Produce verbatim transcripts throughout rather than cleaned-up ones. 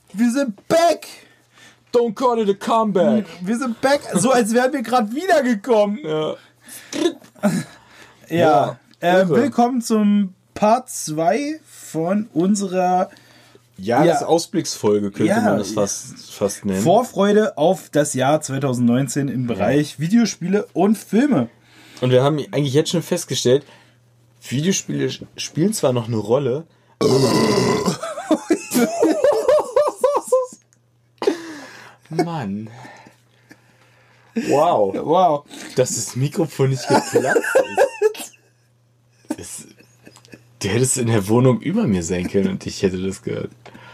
Wir sind back! Don't call it a comeback! Wir sind back, so als wären wir gerade wiedergekommen. Ja. Ja, Ja, äh, irre. willkommen zum Part zwei von unserer Jahresausblicksfolge könnte Ja. man das fast, fast nennen. Vorfreude auf das Jahr zwanzig neunzehn im Bereich Videospiele und Filme. Und wir haben eigentlich jetzt schon festgestellt, Videospiele spielen zwar noch eine Rolle, Mann. Wow. Wow. Dass das Mikrofon nicht geplatzt ist. Das, du hättest in der Wohnung über mir sein können und ich hätte das gehört.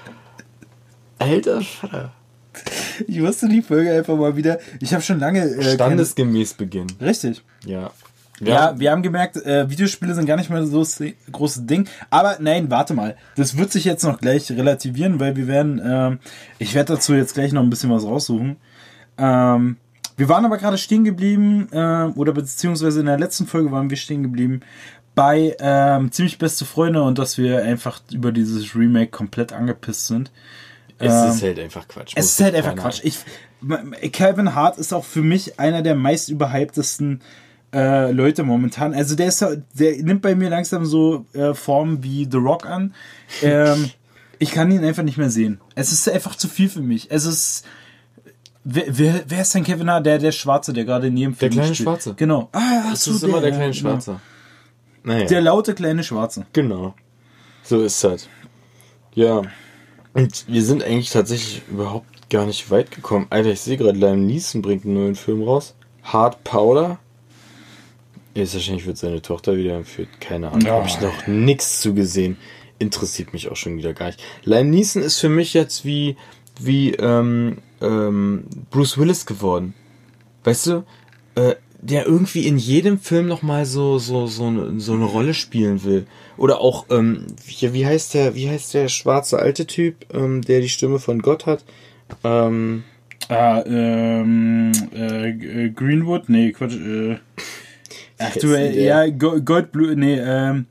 Alter Vater. Ich musste die Folge einfach mal wieder. Ich habe schon lange. Äh, Standesgemäß beginnen. keine- Richtig. Ja. Ja, wir haben gemerkt, äh, Videospiele sind gar nicht mehr so das große Ding. Aber nein, warte mal. Das wird sich jetzt noch gleich relativieren, weil wir werden, ähm, ich werde dazu jetzt gleich noch ein bisschen was raussuchen. Ähm, wir waren aber gerade stehen geblieben, äh, oder beziehungsweise in der letzten Folge waren wir stehen geblieben bei ähm, Ziemlich beste Freunde und dass wir einfach über dieses Remake komplett angepisst sind. Es Ähm, ist halt einfach Quatsch. Es Muss ist halt sich einfach keiner- Quatsch. Ich, Calvin Hart ist auch für mich einer der meist überhyptesten äh, Leute momentan. Also der ist, der nimmt bei mir langsam so äh, Formen wie The Rock an. Ähm, ich kann ihn einfach nicht mehr sehen. Es ist einfach zu viel für mich. Es ist wer, wer, wer ist denn Kevin Hart? Der der Schwarze, der gerade in jedem Der Film kleine spielt. Schwarze. Genau. Ah, ja, Das so ist immer der ja, kleine genau. Schwarze. Naja. Der laute kleine Schwarze. Genau. So ist es halt. Ja. Und wir sind eigentlich tatsächlich überhaupt gar nicht weit gekommen. Alter, ich sehe gerade, Liam Neeson bringt einen neuen Film raus. Hard Powder. Jetzt wahrscheinlich wird seine Tochter wieder entführt. Keine Ahnung. Oh. Habe ich noch nichts zu gesehen. Interessiert mich auch schon wieder gar nicht. Liam Neeson ist für mich jetzt wie, wie ähm, ähm, Bruce Willis geworden. Weißt du? Äh, der irgendwie in jedem Film nochmal so, so, so, eine, so eine Rolle spielen will. Oder auch, ähm, wie, wie heißt der, wie heißt der schwarze alte Typ, ähm, der die Stimme von Gott hat? Ähm, Ah, ähm, äh, Greenwood? Nee, Quatsch, äh. Ach du, Wer ist denn äh, der? ja, Go- Goldblue, nee, ähm.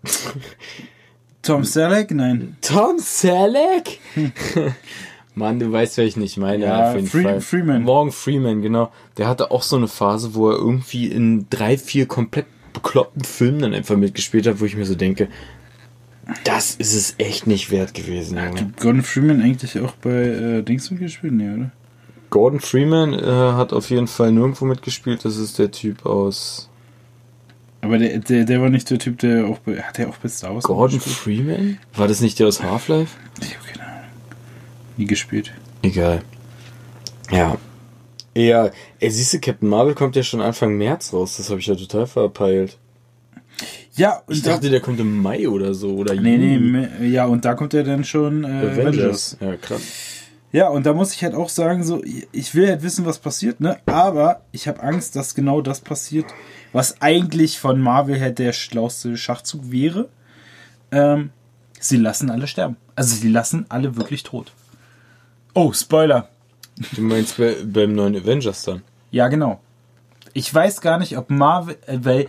Tom Selleck? Nein. Tom Selleck? Mann, du weißt, wer ich nicht meine. Ja, auf jeden Free- Fall. Freeman. Morgan Freeman, genau. Der hatte auch so eine Phase, wo er irgendwie in drei, vier komplett bekloppten Filmen dann einfach mitgespielt hat, wo ich mir so denke, das ist es echt nicht wert gewesen, Junge. Gordon Freeman eigentlich auch bei äh, Dings mitgespielt? Nee, oder? Gordon Freeman äh, hat auf jeden Fall nirgendwo mitgespielt. Das ist der Typ aus... Aber der, der, der war nicht der Typ, der auch bei. Hat der auch bei Star Wars Gordon mitgespielt? Freeman? War das nicht der aus Half-Life? Ich hab keine Ahnung. Nie gespielt. Egal. Ja. Ja, ey, siehst du, Captain Marvel kommt ja schon Anfang März raus. Das habe ich ja total verpeilt. Ja, und Ich dachte, der kommt im Mai oder so. Oder Nee, nee, Juni. me- ja, und da kommt ja dann schon äh, Avengers. Ja, krass. Ja, und da muss ich halt auch sagen, so, ich will halt wissen, was passiert, ne? Aber ich habe Angst, dass genau das passiert, was eigentlich von Marvel halt der schlauste Schachzug wäre. Ähm, sie lassen alle sterben. Also sie lassen alle wirklich tot. Oh, Spoiler. Du meinst bei, beim neuen Avengers dann? Ja, genau. Ich weiß gar nicht, ob Marvel, äh, weil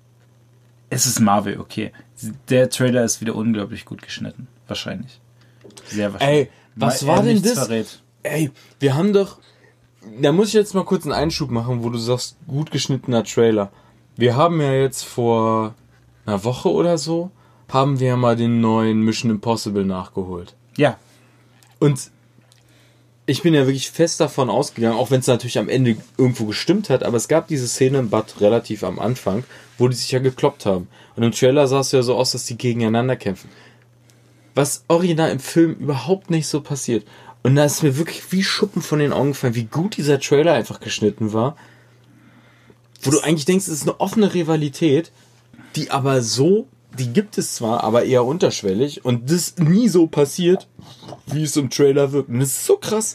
es ist Marvel, okay. Der Trailer ist wieder unglaublich gut geschnitten. Wahrscheinlich. Sehr wahrscheinlich. Ey, was Weil war er denn nichts das? verrät. Ey, wir haben doch... Da muss ich jetzt mal kurz einen Einschub machen, wo du sagst, gut geschnittener Trailer. Wir haben ja jetzt vor einer Woche oder so, haben wir ja mal den neuen Mission Impossible nachgeholt. Ja, Und ich bin ja wirklich fest davon ausgegangen, auch wenn es natürlich am Ende irgendwo gestimmt hat, aber es gab diese Szene im Bad relativ am Anfang, wo die sich ja gekloppt haben. Und im Trailer sah es ja so aus, dass die gegeneinander kämpfen. Was original im Film überhaupt nicht so passiert. Und da ist mir wirklich wie Schuppen von den Augen gefallen, wie gut dieser Trailer einfach geschnitten war. Wo du eigentlich denkst, es ist eine offene Rivalität, die aber so, die gibt es zwar, aber eher unterschwellig und das nie so passiert, wie es im Trailer wirkt. Und das ist so krass.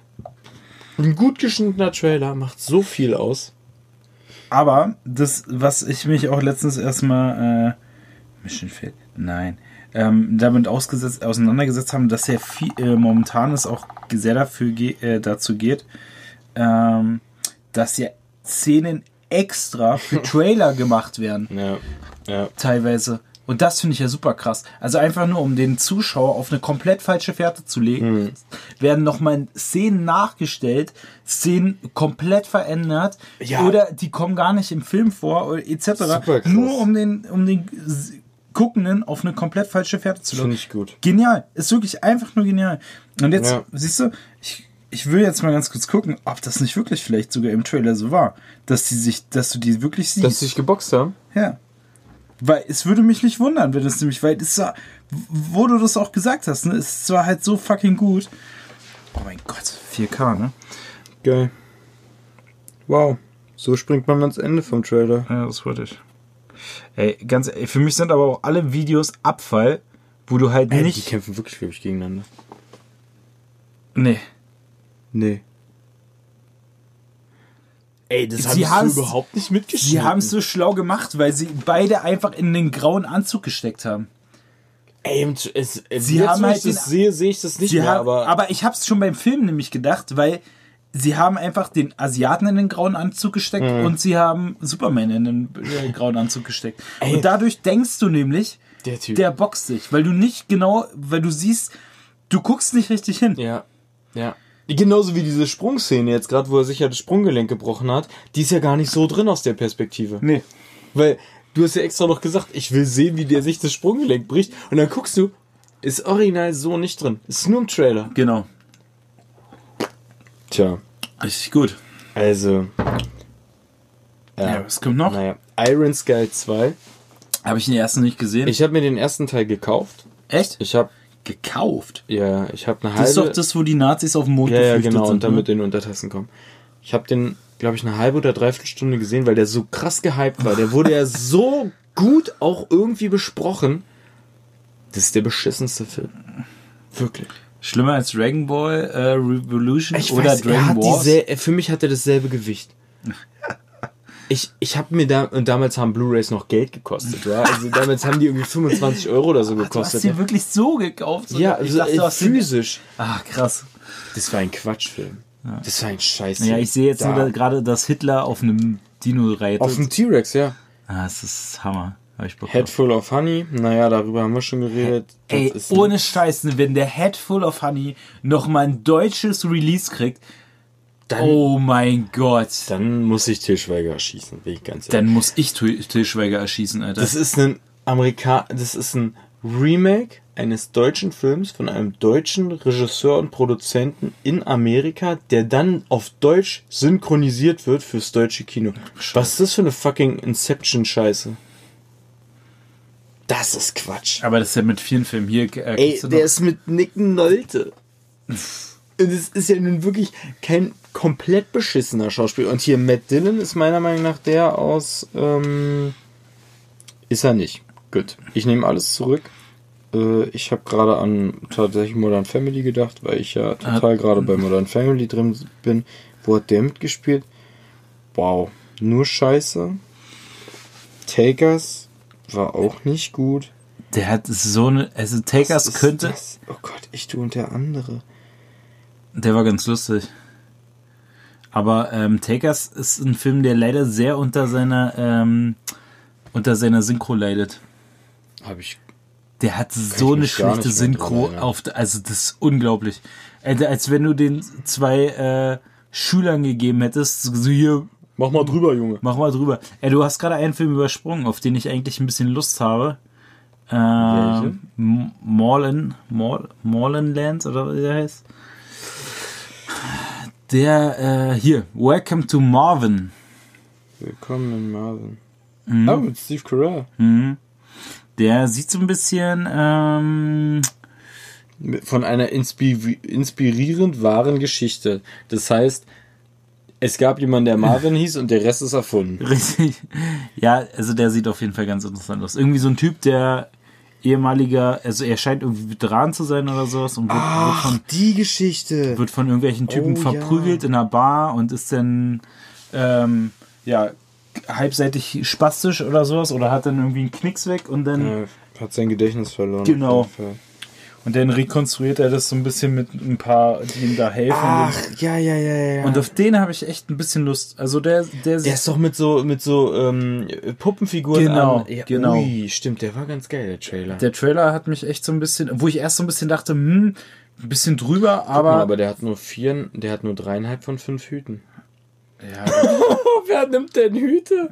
Ein gut geschnittener Trailer macht so viel aus. aber das, was ich mich auch letztens erstmal äh, Mission Fail, nein, ähm, damit ausgesetzt, auseinandergesetzt haben, dass ja viel, äh, momentan es auch sehr dafür ge äh, dazu geht, ähm, dass ja Szenen extra für Trailer gemacht werden. Ja, ja. Teilweise. Und das finde ich ja super krass. Also einfach nur, um den Zuschauer auf eine komplett falsche Fährte zu legen, mhm. werden nochmal Szenen nachgestellt, Szenen komplett verändert ja. oder die kommen gar nicht im Film vor, et cetera. Nur um den, um den Guckenden auf eine komplett falsche Fährte zu locken. Finde ich gut. Genial. Ist wirklich einfach nur genial. Und jetzt, ja. siehst du, ich, ich will jetzt mal ganz kurz gucken, ob das nicht wirklich vielleicht sogar im Trailer so war, dass die sich, dass du die wirklich siehst. Dass sie sich geboxt haben? Ja. Weil es würde mich nicht wundern, wenn es nämlich, weil es war, wo du das auch gesagt hast, ne, es war halt so fucking gut. Oh mein Gott, vier K, ne? Geil. Wow. So springt man ans Ende vom Trailer. Ja, das wollte ich. Ey, ganz ehrlich, für mich sind aber auch alle Videos Abfall, wo du halt Ey, nicht... Die kämpfen wirklich, glaube ich, gegeneinander. Nee. Nee. Ey, das habe ich so überhaupt nicht mitgeschnitten. Sie haben es so schlau gemacht, weil sie beide einfach in den grauen Anzug gesteckt haben. Ey, es, es, sie jetzt, haben wo halt ich das den, sehe, sehe ich das nicht mehr. Haben, aber aber ich habe es schon beim Film nämlich gedacht, weil sie haben einfach den Asiaten in den grauen Anzug gesteckt mhm. und sie haben Superman in den äh, grauen Anzug gesteckt. Ey. Und dadurch denkst du nämlich, der Typ, der boxt sich, weil du nicht genau, weil du siehst, du guckst nicht richtig hin. Ja, ja. Genauso wie diese Sprungszene jetzt gerade, wo er sich ja das Sprunggelenk gebrochen hat, die ist ja gar nicht so drin aus der Perspektive. Nee. Weil du hast ja extra noch gesagt, ich will sehen, wie der sich das Sprunggelenk bricht. Und dann guckst du, ist original so nicht drin. Ist nur im Trailer. Genau. Tja. Richtig gut. Also. Ja, ja, was kommt noch? Naja, Iron Sky zwei. Habe ich den ersten nicht gesehen? Ich habe mir den ersten Teil gekauft. Echt? Ich habe gekauft? Ja, ich habe eine halbe... Das ist doch das, wo die Nazis auf dem Mond ja, geflüchtet ja, genau, sind. und dann ne? mit den Untertassen kommen. Ich habe den, glaube ich, eine halbe oder dreiviertel Stunde gesehen, weil der so krass gehypt war. Der wurde ja so gut auch irgendwie besprochen. Das ist der beschissenste Film. Wirklich. Schlimmer als Dragon Ball äh, Revolution ich oder weiß, Dragon er hat Wars? Diesel- für mich hat er dasselbe Gewicht. Ich, ich habe mir da, und damals haben Blu-Rays noch Geld gekostet, ja. Also damals haben die irgendwie fünfundzwanzig Euro oder so gekostet. Du hast die ja. wirklich so gekauft? Ja, also dachte, äh, physisch. Ach, krass. Das war ein Quatschfilm. Ja. Das war ein Scheiß. Ja, ich sehe jetzt da. nur gerade, dass Hitler auf einem Dino reitet. Auf einem T-Rex, ja. Ah, das ist Hammer. Hab ich Bock Head Full of Honey, naja, darüber haben wir schon geredet. Das Ey, ist ohne Scheiß, wenn der Head Full of Honey nochmal ein deutsches Release kriegt, dann, oh mein Gott. Dann muss ich Til Schweiger erschießen, bin ich ganz ehrlich. Dann muss ich Til Schweiger erschießen, Alter. Das ist ein Amerika, das ist ein Remake eines deutschen Films von einem deutschen Regisseur und Produzenten in Amerika, der dann auf Deutsch synchronisiert wird fürs deutsche Kino. Scheiße. Was ist das für eine fucking Inception-Scheiße? Das ist Quatsch. Aber das ist ja mit vielen Filmen hier. Äh, Ey, der ist mit Nick Nolte. Und es ist ja nun wirklich kein komplett beschissener Schauspieler. Und hier Matt Dillon ist meiner Meinung nach der aus... Ähm, ist er nicht. Gut. Ich nehme alles zurück. Äh, ich habe gerade an tatsächlich Modern Family gedacht, weil ich ja total ah. gerade bei Modern Family drin bin. Wo hat der mitgespielt? Wow. Nur Scheiße. Takers war auch nicht gut. Der hat so eine... Also Takers könnte... Das? Oh Gott, ich du und der andere. Der war ganz lustig. Aber ähm, Takers ist ein Film, der leider sehr unter seiner ähm, unter seiner Synchro leidet. Hab ich. Der hat so eine schlechte Synchro auf, also das ist unglaublich. Also, als wenn du den zwei äh, Schülern gegeben hättest, so hier. Mach mal drüber, Junge. Mach mal drüber. Ey, du hast gerade einen Film übersprungen, auf den ich eigentlich ein bisschen Lust habe. Äh, Morlan, Morlanland oder wie der heißt. Der, äh, hier, Welcome to Marvin. Willkommen in Marvin. Mhm. Oh, mit Steve Carell. Mhm. Der sieht so ein bisschen, ähm... von einer inspir- inspirierend wahren Geschichte. Das heißt, es gab jemanden, der Marvin hieß und der Rest ist erfunden. Richtig. Ja, also der sieht auf jeden Fall ganz interessant aus. Irgendwie so ein Typ, der ehemaliger, also er scheint irgendwie Veteran zu sein oder sowas und wird, Ach, wird von die Geschichte wird von irgendwelchen Typen oh, verprügelt ja. in einer Bar und ist dann ähm, ja halbseitig spastisch oder sowas oder hat dann irgendwie einen Knicks weg und dann ja, hat sein Gedächtnis verloren. Genau. Und dann rekonstruiert er das so ein bisschen mit ein paar, die ihm da helfen. Ach, ja, ja, ja, ja. Und auf den habe ich echt ein bisschen Lust. Also der, der, Der ist doch mit so, mit so ähm, Puppenfiguren Genau, an. Ja, genau. Ui, stimmt, der war ganz geil, der Trailer. der Trailer hat mich echt so ein bisschen, wo ich erst so ein bisschen dachte, hm, ein bisschen drüber, aber... Mal, aber der hat nur vier, der hat nur dreieinhalb von fünf Hüten. Ja, Wer nimmt denn Hüte?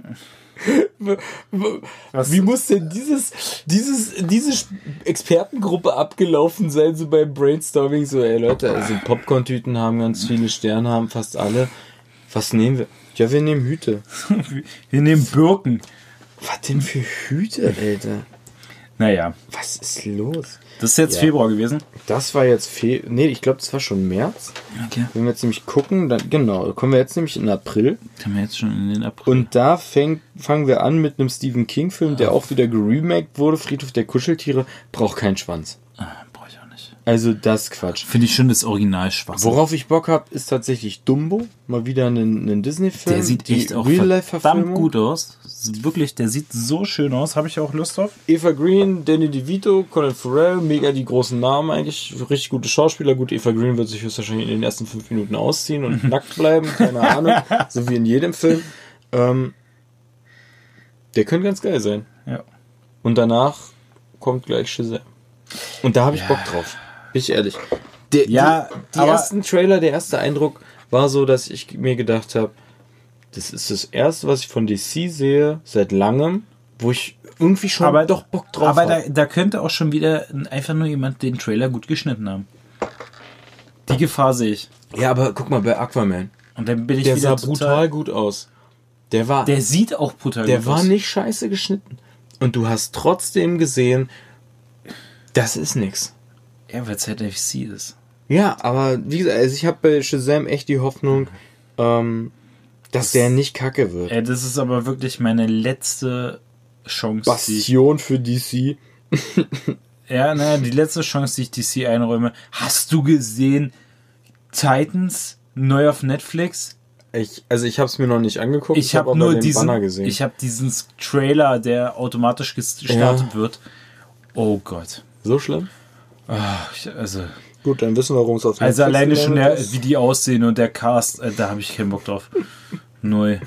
was, Wie muss denn dieses, dieses, diese Expertengruppe abgelaufen sein, so beim Brainstorming? So, ey Leute, also Popcorn-Tüten haben ganz viele Sterne, haben fast alle. Was nehmen wir? Ja, wir nehmen Hüte. wir nehmen Birken. Was denn für Hüte, Alter? Naja, Was ist los? das ist jetzt Ja. Februar gewesen. Das war jetzt Fe... Nee, ich glaube, das war schon März. Okay. Wenn wir jetzt nämlich gucken, dann, genau, kommen wir jetzt nämlich in April. Haben wir jetzt schon in den April. Und da fängt, fangen wir an mit einem Stephen King-Film, der auch wieder geremaked wurde. Friedhof der Kuscheltiere braucht keinen Schwanz. ah, brauche ich auch nicht. Also das ist Quatsch. Finde ich schon das Original schwach. Worauf ich Bock habe, ist tatsächlich Dumbo. Mal wieder ein, ein Disney-Film. Der sieht Die echt auch Real-Life-Verfilmung. verdammt gut aus. Wirklich, der sieht so schön aus. Habe ich auch Lust drauf. Eva Green, Danny DeVito, Colin Farrell, mega die großen Namen eigentlich. Richtig gute Schauspieler. Gut, Eva Green wird sich höchstwahrscheinlich in den ersten fünf Minuten ausziehen und nackt bleiben. Keine Ahnung. So wie in jedem Film. Ähm, der könnte ganz geil sein. Ja. Und danach kommt gleich Shazam. Und da habe ich Ja. Bock drauf. Bin ich ehrlich. Der, Ja, die, die aber- ersten Trailer, der erste Eindruck war so, dass ich mir gedacht habe, das ist das erste, was ich von D C sehe, seit langem, wo ich irgendwie schon Aber- doch Bock drauf Aber habe. da, da könnte auch schon wieder einfach nur jemand den Trailer gut geschnitten haben. Die Gefahr sehe ich. Ja, aber guck mal, bei Aquaman. Und dann bin ich Der wieder sah total... brutal gut aus. Der war, der, Der sieht auch brutal gut war aus. nicht scheiße geschnitten. Und du hast trotzdem gesehen, das ist nix. Ja, weil es halt F C ist. Ja, aber wie gesagt, also ich habe bei Shazam echt die Hoffnung, ähm, dass der nicht kacke wird. Ja, das ist aber wirklich meine letzte Chance. Die ich, Bastion für D C. ja, naja, die letzte Chance, die ich D C einräume. Hast du gesehen Titans neu auf Netflix? Ich, also ich habe es mir noch nicht angeguckt. Ich habe hab nur aber den diesen, Banner gesehen. ich habe diesen Trailer, der automatisch gestartet Ja. wird. Oh Gott. So schlimm? Ach, ich, also, Gut, dann wissen wir, warum es auf also alleine schon, der, ist. wie die aussehen und der Cast, äh, da habe ich keinen Bock drauf. Neu.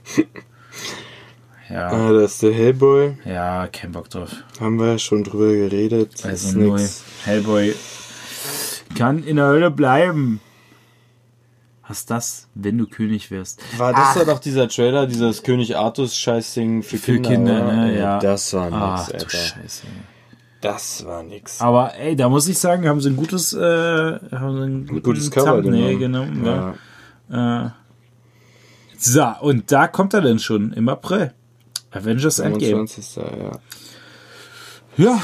Ja, Ah, das ist der Hellboy. ja, kein Bock drauf. Haben wir schon drüber geredet. Das Also ist neu. nix. Hellboy kann in der Hölle bleiben. Was das, wenn du König wirst? War das da doch dieser Trailer, dieses König Artus Scheißding für Für Kinder? Kinder, oder? ne? Ja. Das war nix, Ach du Alter. Scheiße. Das war nix. Aber ey, da muss ich sagen, haben sie ein gutes, äh, haben sie ein guten gutes Cover Thumbnail genommen. genommen. Ja. Äh, so, und da kommt er denn schon im April. Avengers Endgame. fünfundzwanzigsten Ja. Ja,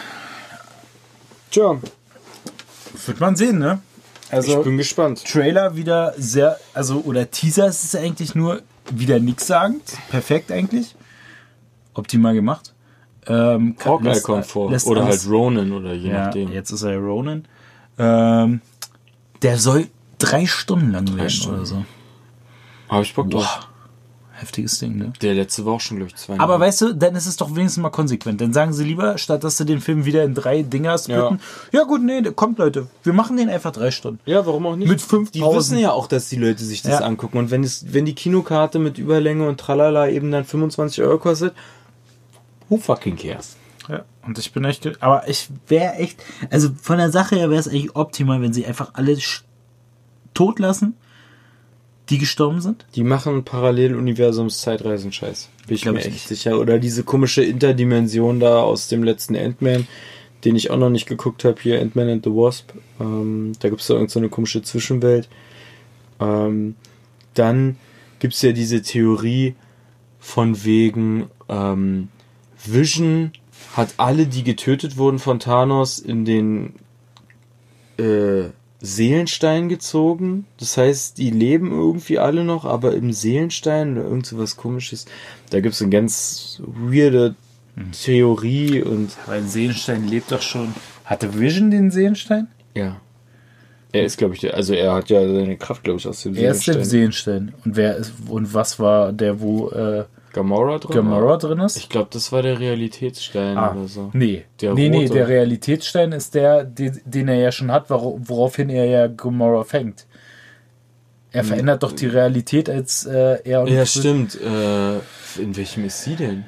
Tja, wird man sehen, ne? Also ich bin gespannt. Trailer wieder sehr, also oder Teaser ist es eigentlich nur wieder nichts sagend. Perfekt eigentlich. Optimal gemacht. Ähm, Hawkeye lässt- kommt vor. lässt Oder alles- halt Ronan oder je Ja, nachdem. jetzt ist er Ronan. Ähm, der soll drei Stunden lang werden Stunden. oder so. Habe ich Bock drauf. Boah, heftiges Ding, ne? Der letzte war auch schon, glaube ich, zwei. Aber weißt du, dann ist es doch wenigstens mal konsequent. Dann sagen sie lieber, statt dass sie den Film wieder in drei Dinger splitten, ja. ja gut, nee, kommt Leute, wir machen den einfach drei Stunden. Ja, warum auch nicht? Mit Die fünftausend. wissen ja auch, dass die Leute sich das Ja. angucken. Und wenn es, wenn die Kinokarte mit Überlänge und Tralala eben dann fünfundzwanzig Euro kostet, who fucking cares? Ja, und ich bin echt, ge- aber ich wäre echt, also von der Sache her wäre es eigentlich optimal, wenn sie einfach alle sch- tot lassen, die gestorben sind. Die machen Paralleluniversums-Zeitreisen-Scheiß. Bin ich Glaub mir ich echt nicht. sicher. Oder diese komische Interdimension da aus dem letzten Ant-Man, den ich auch noch nicht geguckt habe, hier Ant-Man and the Wasp. Ähm, da gibt es da irgend so eine komische Zwischenwelt. Ähm, dann gibt es ja diese Theorie von wegen ähm, Vision hat alle, die getötet wurden von Thanos, in den äh, Seelenstein gezogen. Das heißt, die leben irgendwie alle noch, aber im Seelenstein oder irgend so was Komisches. Da gibt es eine ganz weirde Theorie und Weil Seelenstein lebt doch schon. Hatte Vision den Seelenstein? ja. Er ist, glaube ich, der, also er hat ja seine Kraft, glaube ich, aus dem Er ist der Seelenstein. Seelenstein. Und wer ist, und was war der, wo, äh, Gamora drin? Gamora drin ist. Ich glaube, das war der Realitätsstein Ah, oder so. nee. Der nee, nee, rote. der Realitätsstein ist der, den, den er ja schon hat, wor- woraufhin er ja Gamora fängt. Er Hm. verändert doch die Realität, als äh, er und Ja, stimmt. Äh, in welchem ist sie denn?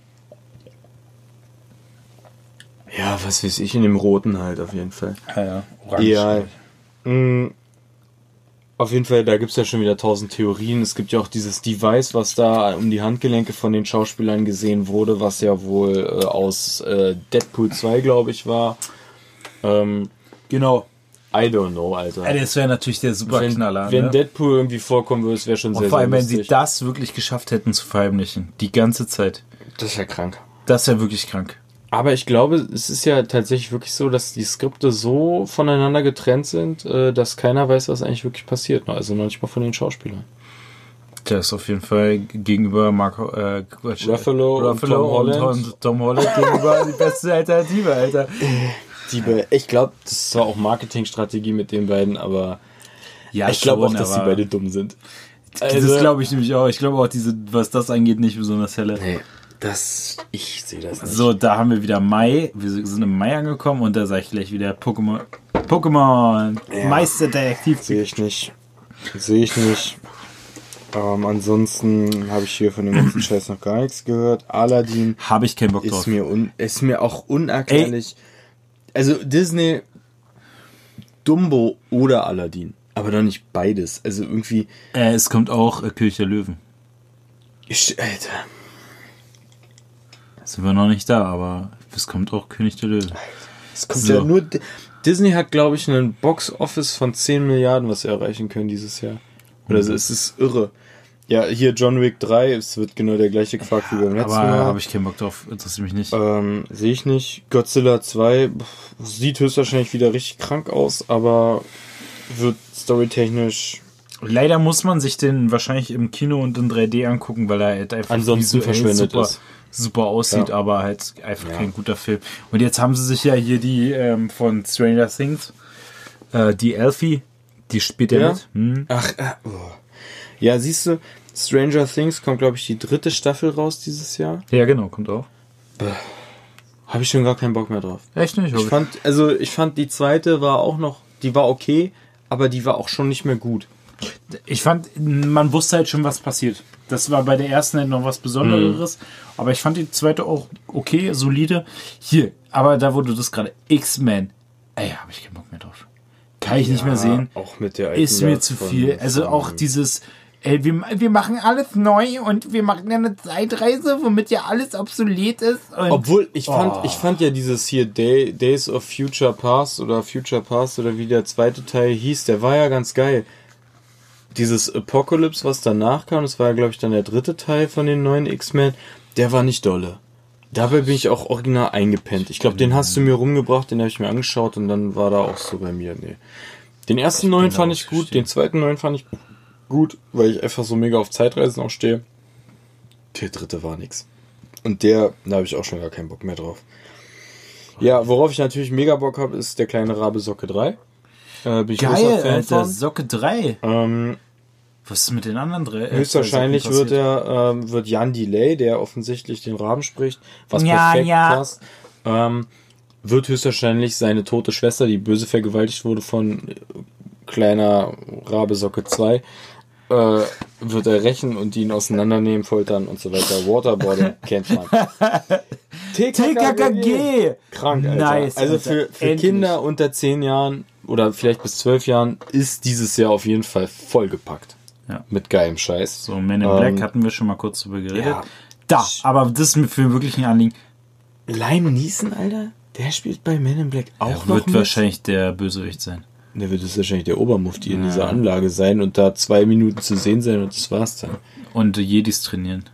Ja, was weiß ich, in dem roten halt auf jeden Fall. Ja, ja. Orange. Ja. Mh, auf jeden Fall, da gibt es ja schon wieder tausend Theorien. Es gibt ja auch dieses Device, was da um die Handgelenke von den Schauspielern gesehen wurde, was ja wohl äh, aus äh, Deadpool zwei, glaube ich, war. Ähm, Genau. I don't know, Alter. Ey, das wäre natürlich der wenn Superknaller. wenn ne? Deadpool irgendwie vorkommen würde, es wäre schon Und sehr, vor allem, sehr wenn sie lustig. das wirklich geschafft hätten zu verheimlichen. Die ganze Zeit. Das ist ja krank. Das wäre wirklich krank. Aber ich glaube, es ist ja tatsächlich wirklich so, dass die Skripte so voneinander getrennt sind, äh, dass keiner weiß, was eigentlich wirklich passiert. ne? Also noch nicht mal von den Schauspielern. Der ist auf jeden Fall gegenüber Marco äh, Quatsch, Ruffalo und Ruffalo Tom Holland. und Tom, Tom Holland gegenüber die beste Alternative, Alter. Die be- ich glaube, das ist zwar auch Marketingstrategie mit den beiden, aber Ja, ich glaube auch, schon, dass sie aber beide dumm sind. Das Also- glaube ich nämlich auch. Ich glaube auch, diese, was das angeht, nicht besonders helle. Nee, das, ich sehe das nicht. So, da haben wir wieder Mai. Wir sind im Mai angekommen und da sage ich gleich wieder Pokémon. Pokémon! Ja. Meisterdetektiv. Sehe ich nicht. Sehe ich nicht. Ähm, ansonsten habe ich hier von dem ganzen Scheiß noch gar nichts gehört. Aladdin Habe ich keinen Bock drauf. ist mir, un, ist mir auch unerklärlich. Also Disney, Dumbo oder Aladdin. Aber doch nicht beides. Also irgendwie... Äh, es kommt auch äh, König der Löwen. Ich, Alter. Sind wir noch nicht da, aber es kommt auch König der Löwen. Es kommt So. ja nur... Disney hat, glaube ich, einen Box-Office von zehn Milliarden, was sie erreichen können dieses Jahr. Oder so, es ist irre. Ja, hier John Wick drei, es wird genau der gleiche Quark wie beim letzten Aber Mal. habe ich keinen Bock drauf. Interessiert mich nicht. Ähm, sehe ich nicht. Godzilla zwei pff, sieht höchstwahrscheinlich wieder richtig krank aus, aber wird storytechnisch Leider muss man sich den wahrscheinlich im Kino und in drei D angucken, weil er halt einfach ansonsten visuell verschwendet super, ist. super aussieht, Ja. aber halt einfach Ja. kein guter Film. Und jetzt haben sie sich ja hier die ähm, von Stranger Things, äh, die Elfie, die spielt ja, Ja? mit. Hm. Ach, äh, oh. Ja, siehst du, Stranger Things kommt, glaube ich, die dritte Staffel raus dieses Jahr. Ja, genau, kommt auch. Habe ich schon gar keinen Bock mehr drauf. Echt nicht? Ich fand, also ich fand die zweite war auch noch, die war okay, aber die war auch schon nicht mehr gut. Ich fand, man wusste halt schon, was passiert. Das war bei der ersten halt noch was Besonderes, Mhm. aber ich fand die zweite auch okay, solide. Hier, aber da wurde das gerade X-Men. Ey, habe ich keinen Bock mehr drauf. Kann ich nicht mehr sehen. Auch mit der alten Ist mir Last zu von- viel. Also von- auch dieses, ey, wir, wir machen alles neu und wir machen ja eine Zeitreise, womit ja alles obsolet ist. Und Obwohl, ich fand, Oh. ich fand ja dieses hier Day, Days of Future Past oder Future Past oder wie der zweite Teil hieß, der war ja ganz geil. Dieses Apocalypse, was danach kam, das war ja, glaube ich, dann der dritte Teil von den neuen X-Men, der war nicht dolle. Dabei bin ich auch original eingepennt. Ich glaube, den hast du mir rumgebracht, den habe ich mir angeschaut und dann war da auch so bei mir, nee. Den ersten neuen da fand ich gut, ausgestiegen. den zweiten neuen fand ich gut, weil ich einfach so mega auf Zeitreisen auch stehe. Der dritte war nix. Und der, da habe ich auch schon gar keinen Bock mehr drauf. Ja, worauf ich natürlich mega Bock habe, ist der kleine Rabe Socke drei. Äh, bin ich großer geil, Fan Alter, von. Socke drei. Ähm, Was ist mit den anderen drei? äh, höchstwahrscheinlich Socken wird passiert? er, ähm, wird Jan Delay, der offensichtlich den Raben spricht, was Ja, perfekt ja. passt, ähm, wird höchstwahrscheinlich seine tote Schwester, die böse vergewaltigt wurde von äh, kleiner Rabe Socke zwei, äh, wird er rächen und ihn auseinandernehmen, foltern und so weiter. Waterboarding kennt man. T K K G! Krank, Alter. Nice, also Alter. für, für Endlich. Kinder unter zehn Jahren oder vielleicht bis zwölf Jahren ist dieses Jahr auf jeden Fall vollgepackt. Ja. Mit geilem Scheiß. So, Men in Ähm, Black hatten wir schon mal kurz drüber geredet. ja. Da, aber das ist mir für wirklich ein Anliegen. Lime Neeson, Alter? Der spielt bei Men in Black auch Er noch wird mit? wahrscheinlich der Bösewicht sein. Der wird es wahrscheinlich der Obermufti in dieser Anlage sein und da zwei Minuten zu sehen sein und das war's dann. Und Jedis trainieren.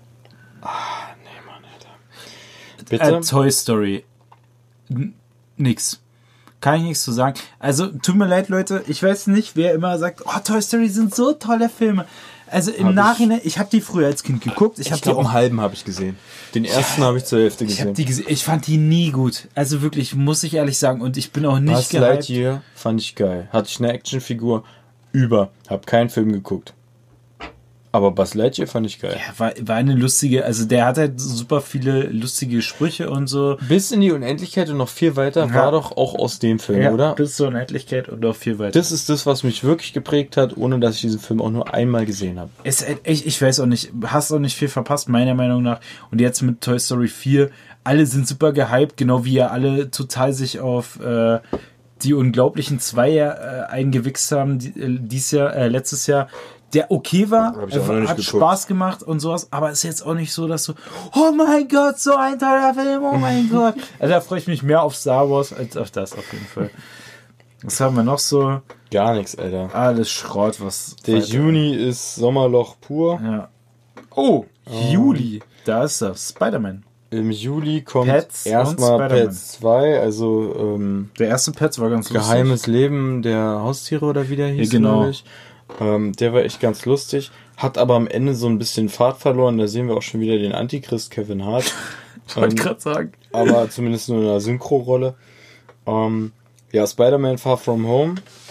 Bitte? Äh, Toy Story. N nix. Kann ich nichts zu sagen. Also, tut mir leid, Leute. Ich weiß nicht, wer immer sagt, oh, Toy Story sind so tolle Filme. Also im Hab ich- Nachhinein, ich habe die früher als Kind geguckt. Ich ich habe die glaube, auch einen halben habe ich gesehen. Den ersten habe ich zur Hälfte ich, hab gesehen. die gese- ich fand die nie gut. Also wirklich, muss ich ehrlich sagen. Und ich bin auch nicht Buzz gehypt. Lightyear fand ich geil. Hatte ich eine Actionfigur über. Hab keinen Film geguckt. Aber Buzz Lightyear fand ich geil. Ja, war, war eine lustige, also der hat halt super viele lustige Sprüche und so. Bis in die Unendlichkeit und noch viel weiter Ja. war doch auch aus dem Film, Ja, oder? bis zur Unendlichkeit und noch viel weiter. Das ist das, was mich wirklich geprägt hat, ohne dass ich diesen Film auch nur einmal gesehen habe. Ist echt, ich weiß auch nicht, hast auch nicht viel verpasst, meiner Meinung nach. Und jetzt mit Toy Story vier, alle sind super gehypt, genau wie ja alle total sich auf äh, die Unglaublichen zwei äh, eingewichst haben, die, äh, dies Jahr, äh, letztes Jahr. Der okay war, Hab ich auch noch nicht hat geguckt. Spaß gemacht und sowas, aber ist jetzt auch nicht so, dass so, oh mein Gott, so ein toller Film, oh mein Gott. Also da freue ich mich mehr auf Star Wars als auf das auf jeden Fall. Was haben wir noch so? Gar nichts, Alter. Alles Schrott, was... Der weiter- Juni ist Sommerloch pur. Ja. Oh, Juli, da ist er, Spider-Man. Im Juli kommt Pets und erstmal Spider-Man. Pets zwei, also ähm, Der erste Pets war ganz lustig. Geheimes Leben der Haustiere oder wie der hieß, Ja, genau. glaub ich. Ähm, der war echt ganz lustig, hat aber am Ende so ein bisschen Fahrt verloren. Da sehen wir auch schon wieder den Antichrist Kevin Hart. Ich wollte Ähm, gerade sagen. aber zumindest nur in einer Synchro-Rolle. Ähm, ja, Spider-Man Far From Home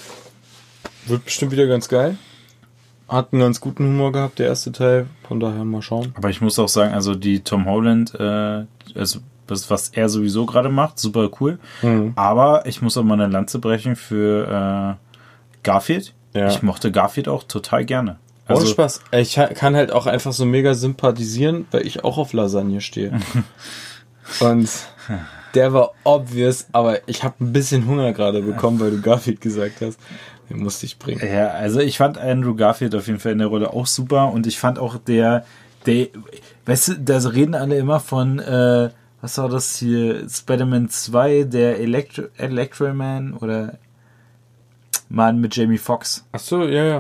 wird bestimmt wieder ganz geil. Hat einen ganz guten Humor gehabt, der erste Teil. Von daher mal schauen. Aber ich muss auch sagen, also die Tom Holland, äh, also das, was er sowieso gerade macht, super cool. Mhm. Aber ich muss auch mal eine Lanze brechen für äh, Garfield. Ja. Ich mochte Garfield auch total gerne. Ohne Also, Spaß. Ich ha- kann halt auch einfach so mega sympathisieren, weil ich auch auf Lasagne stehe. Und der war obvious, aber ich habe ein bisschen Hunger gerade bekommen, weil du Garfield gesagt hast. Den musste ich bringen. ja, also ich fand Andrew Garfield auf jeden Fall in der Rolle auch super und ich fand auch der, der, weißt du, da reden alle immer von, äh, was war das hier, Spider-Man zwei, der Electro, Electro-Man oder Mann mit Jamie Foxx. Ach so, ja, ja.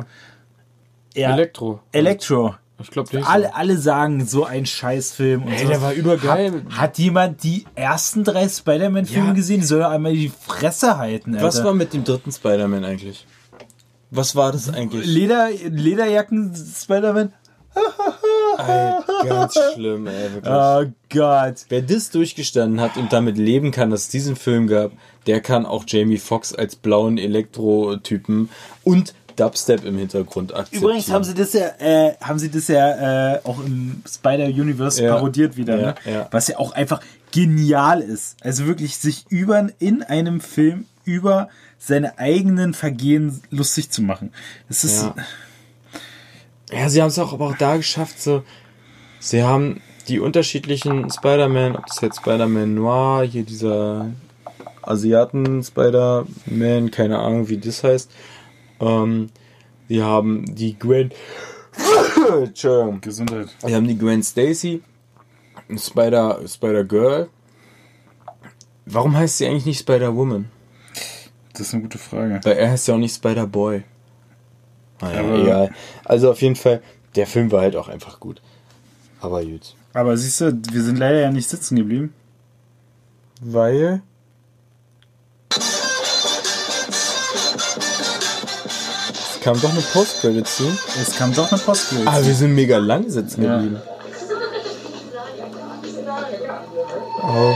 Ja, Elektro. Electro. Ich glaube, der Alle, alle sagen, so ein Scheißfilm. Und Ey, sowas. der war übergeil. Hat, hat jemand die ersten drei Spider-Man-Filme Ja. gesehen? Die soll ja einmal die Fresse halten, Alter. Was war mit dem dritten Spider-Man eigentlich? Was war das eigentlich? Leder, Lederjacken Spider-Man? Alter, ganz schlimm, ey, wirklich. Oh Gott. Wer das durchgestanden hat und damit leben kann, dass es diesen Film gab, der kann auch Jamie Foxx als blauen Elektro-Typen und Dubstep im Hintergrund akzeptieren. Übrigens haben sie das ja, äh, haben sie das ja äh, auch im Spider-Universe Ja. parodiert wieder, Ja, ne? ja. Was ja auch einfach genial ist. Also wirklich sich über in einem Film über seine eigenen Vergehen lustig zu machen. Das ist Ja. Ja, sie haben es auch aber auch da geschafft, so. Sie haben die unterschiedlichen Spider-Man, ob das jetzt Spider-Man Noir, hier dieser Asiaten-Spider-Man, keine Ahnung, wie das heißt. Ähm, wir haben die Gwen. Entschuldigung. Gesundheit. Wir haben die Gwen Stacy, Spider, Spider-Girl. Warum heißt sie eigentlich nicht Spider-Woman? Das ist eine gute Frage. Weil er heißt ja auch nicht Spider-Boy. Naja, Aber- egal. Also auf jeden Fall, der Film war halt auch einfach gut. Aber gut. Aber siehst du, wir sind leider ja nicht sitzen geblieben. Weil? Es kam doch eine Post-Credit-Scene. Es kam doch eine Post. Ah, wir sind mega lang sitzen Ja. geblieben. Oh.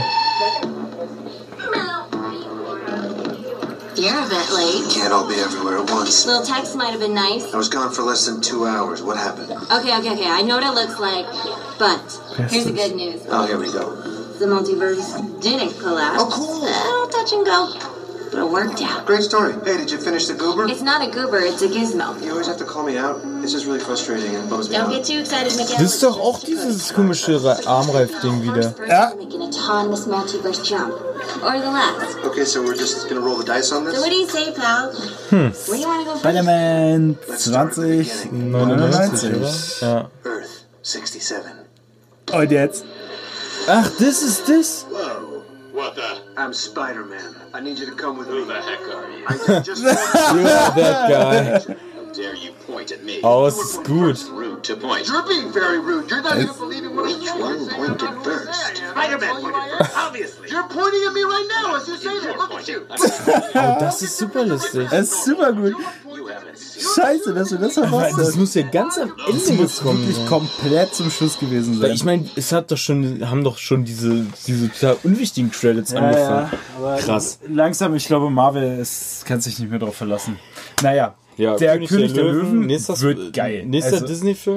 You're a bit late. Can't all be everywhere at once. Little text might have been nice. I was gone for less than two hours. What happened? Okay, okay, okay. I know what it looks like, but here's the good news. Oh, here we go. The multiverse didn't collapse. Oh, cool. A little touch and go, but it worked out. Great story. Hey, did you finish the goober? It's not a goober, it's a gizmo. You always have to call me out. It's just really frustrating and bums me Don't out. get too excited, Miguel. Das ist doch auch dieses komische Ra- Armreif-Ding wieder. Ja. Make an autonomous multiverse jump. Or the last. Okay, so we're just gonna roll the dice on So this? what do you say, pal? Where do you want to go first? Spider-Man zwanzig neunundneunzig. oder? Ja. Earth, sixty-seven. Und jetzt? Ach, das ist das? Whoa, what the? I'm Spider-Man. I need you to come with Who me. the heck are you? I just... Yeah, that guy. How dare you point at me? Oh, es ist gut. Rude to point. You're being very rude. You're not even believing what I'm Which saying. one pointed first? Spider-Man pointed first, obviously. You're pointing at me right now as you say that. Look at you. Oh, das ist super lustig. Es ist super gut. You haven't seen. Scheiße, dass wir das verpasst Das haben. muss ja ganz am Das Ende muss gekommen wirklich sein. komplett zum Schluss gewesen sein. Weil ich meine, es hat doch schon, haben doch schon diese, diese total unwichtigen Credits angefangen. aber Krass. Langsam, ich glaube, Marvel ist, kann sich nicht mehr drauf verlassen. Naja, Ja, der König, der Löwen, nächster, wird geil. Nächster Also, Disney-Film.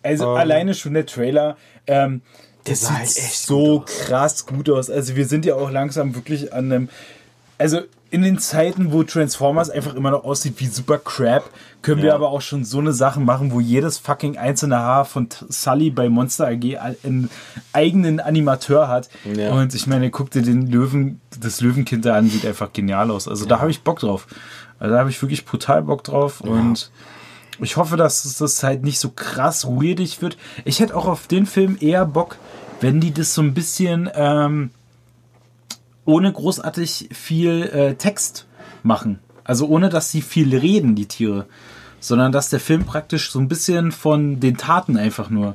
Also Ähm. alleine schon der Trailer, ähm, Der das sah sieht halt echt so gut aus. krass gut aus. Also wir sind ja auch langsam wirklich an einem, also in den Zeiten, wo Transformers einfach immer noch aussieht wie super Crap, können wir Ja. aber auch schon so eine Sache machen, wo jedes fucking einzelne Haar von T- Sully bei Monster A G einen eigenen Animateur hat. Ja. Und ich meine, guck dir den Löwen, das Löwenkind da an, sieht einfach genial aus. Also da habe ich Bock drauf. Also da habe ich wirklich brutal Bock drauf. Und ich hoffe, dass es das halt nicht so krass weirdig wird. Ich hätte auch auf den Film eher Bock, wenn die das so ein bisschen ähm, ohne großartig viel äh, Text machen. Also ohne, dass sie viel reden, die Tiere. Sondern dass der Film praktisch so ein bisschen von den Taten einfach nur.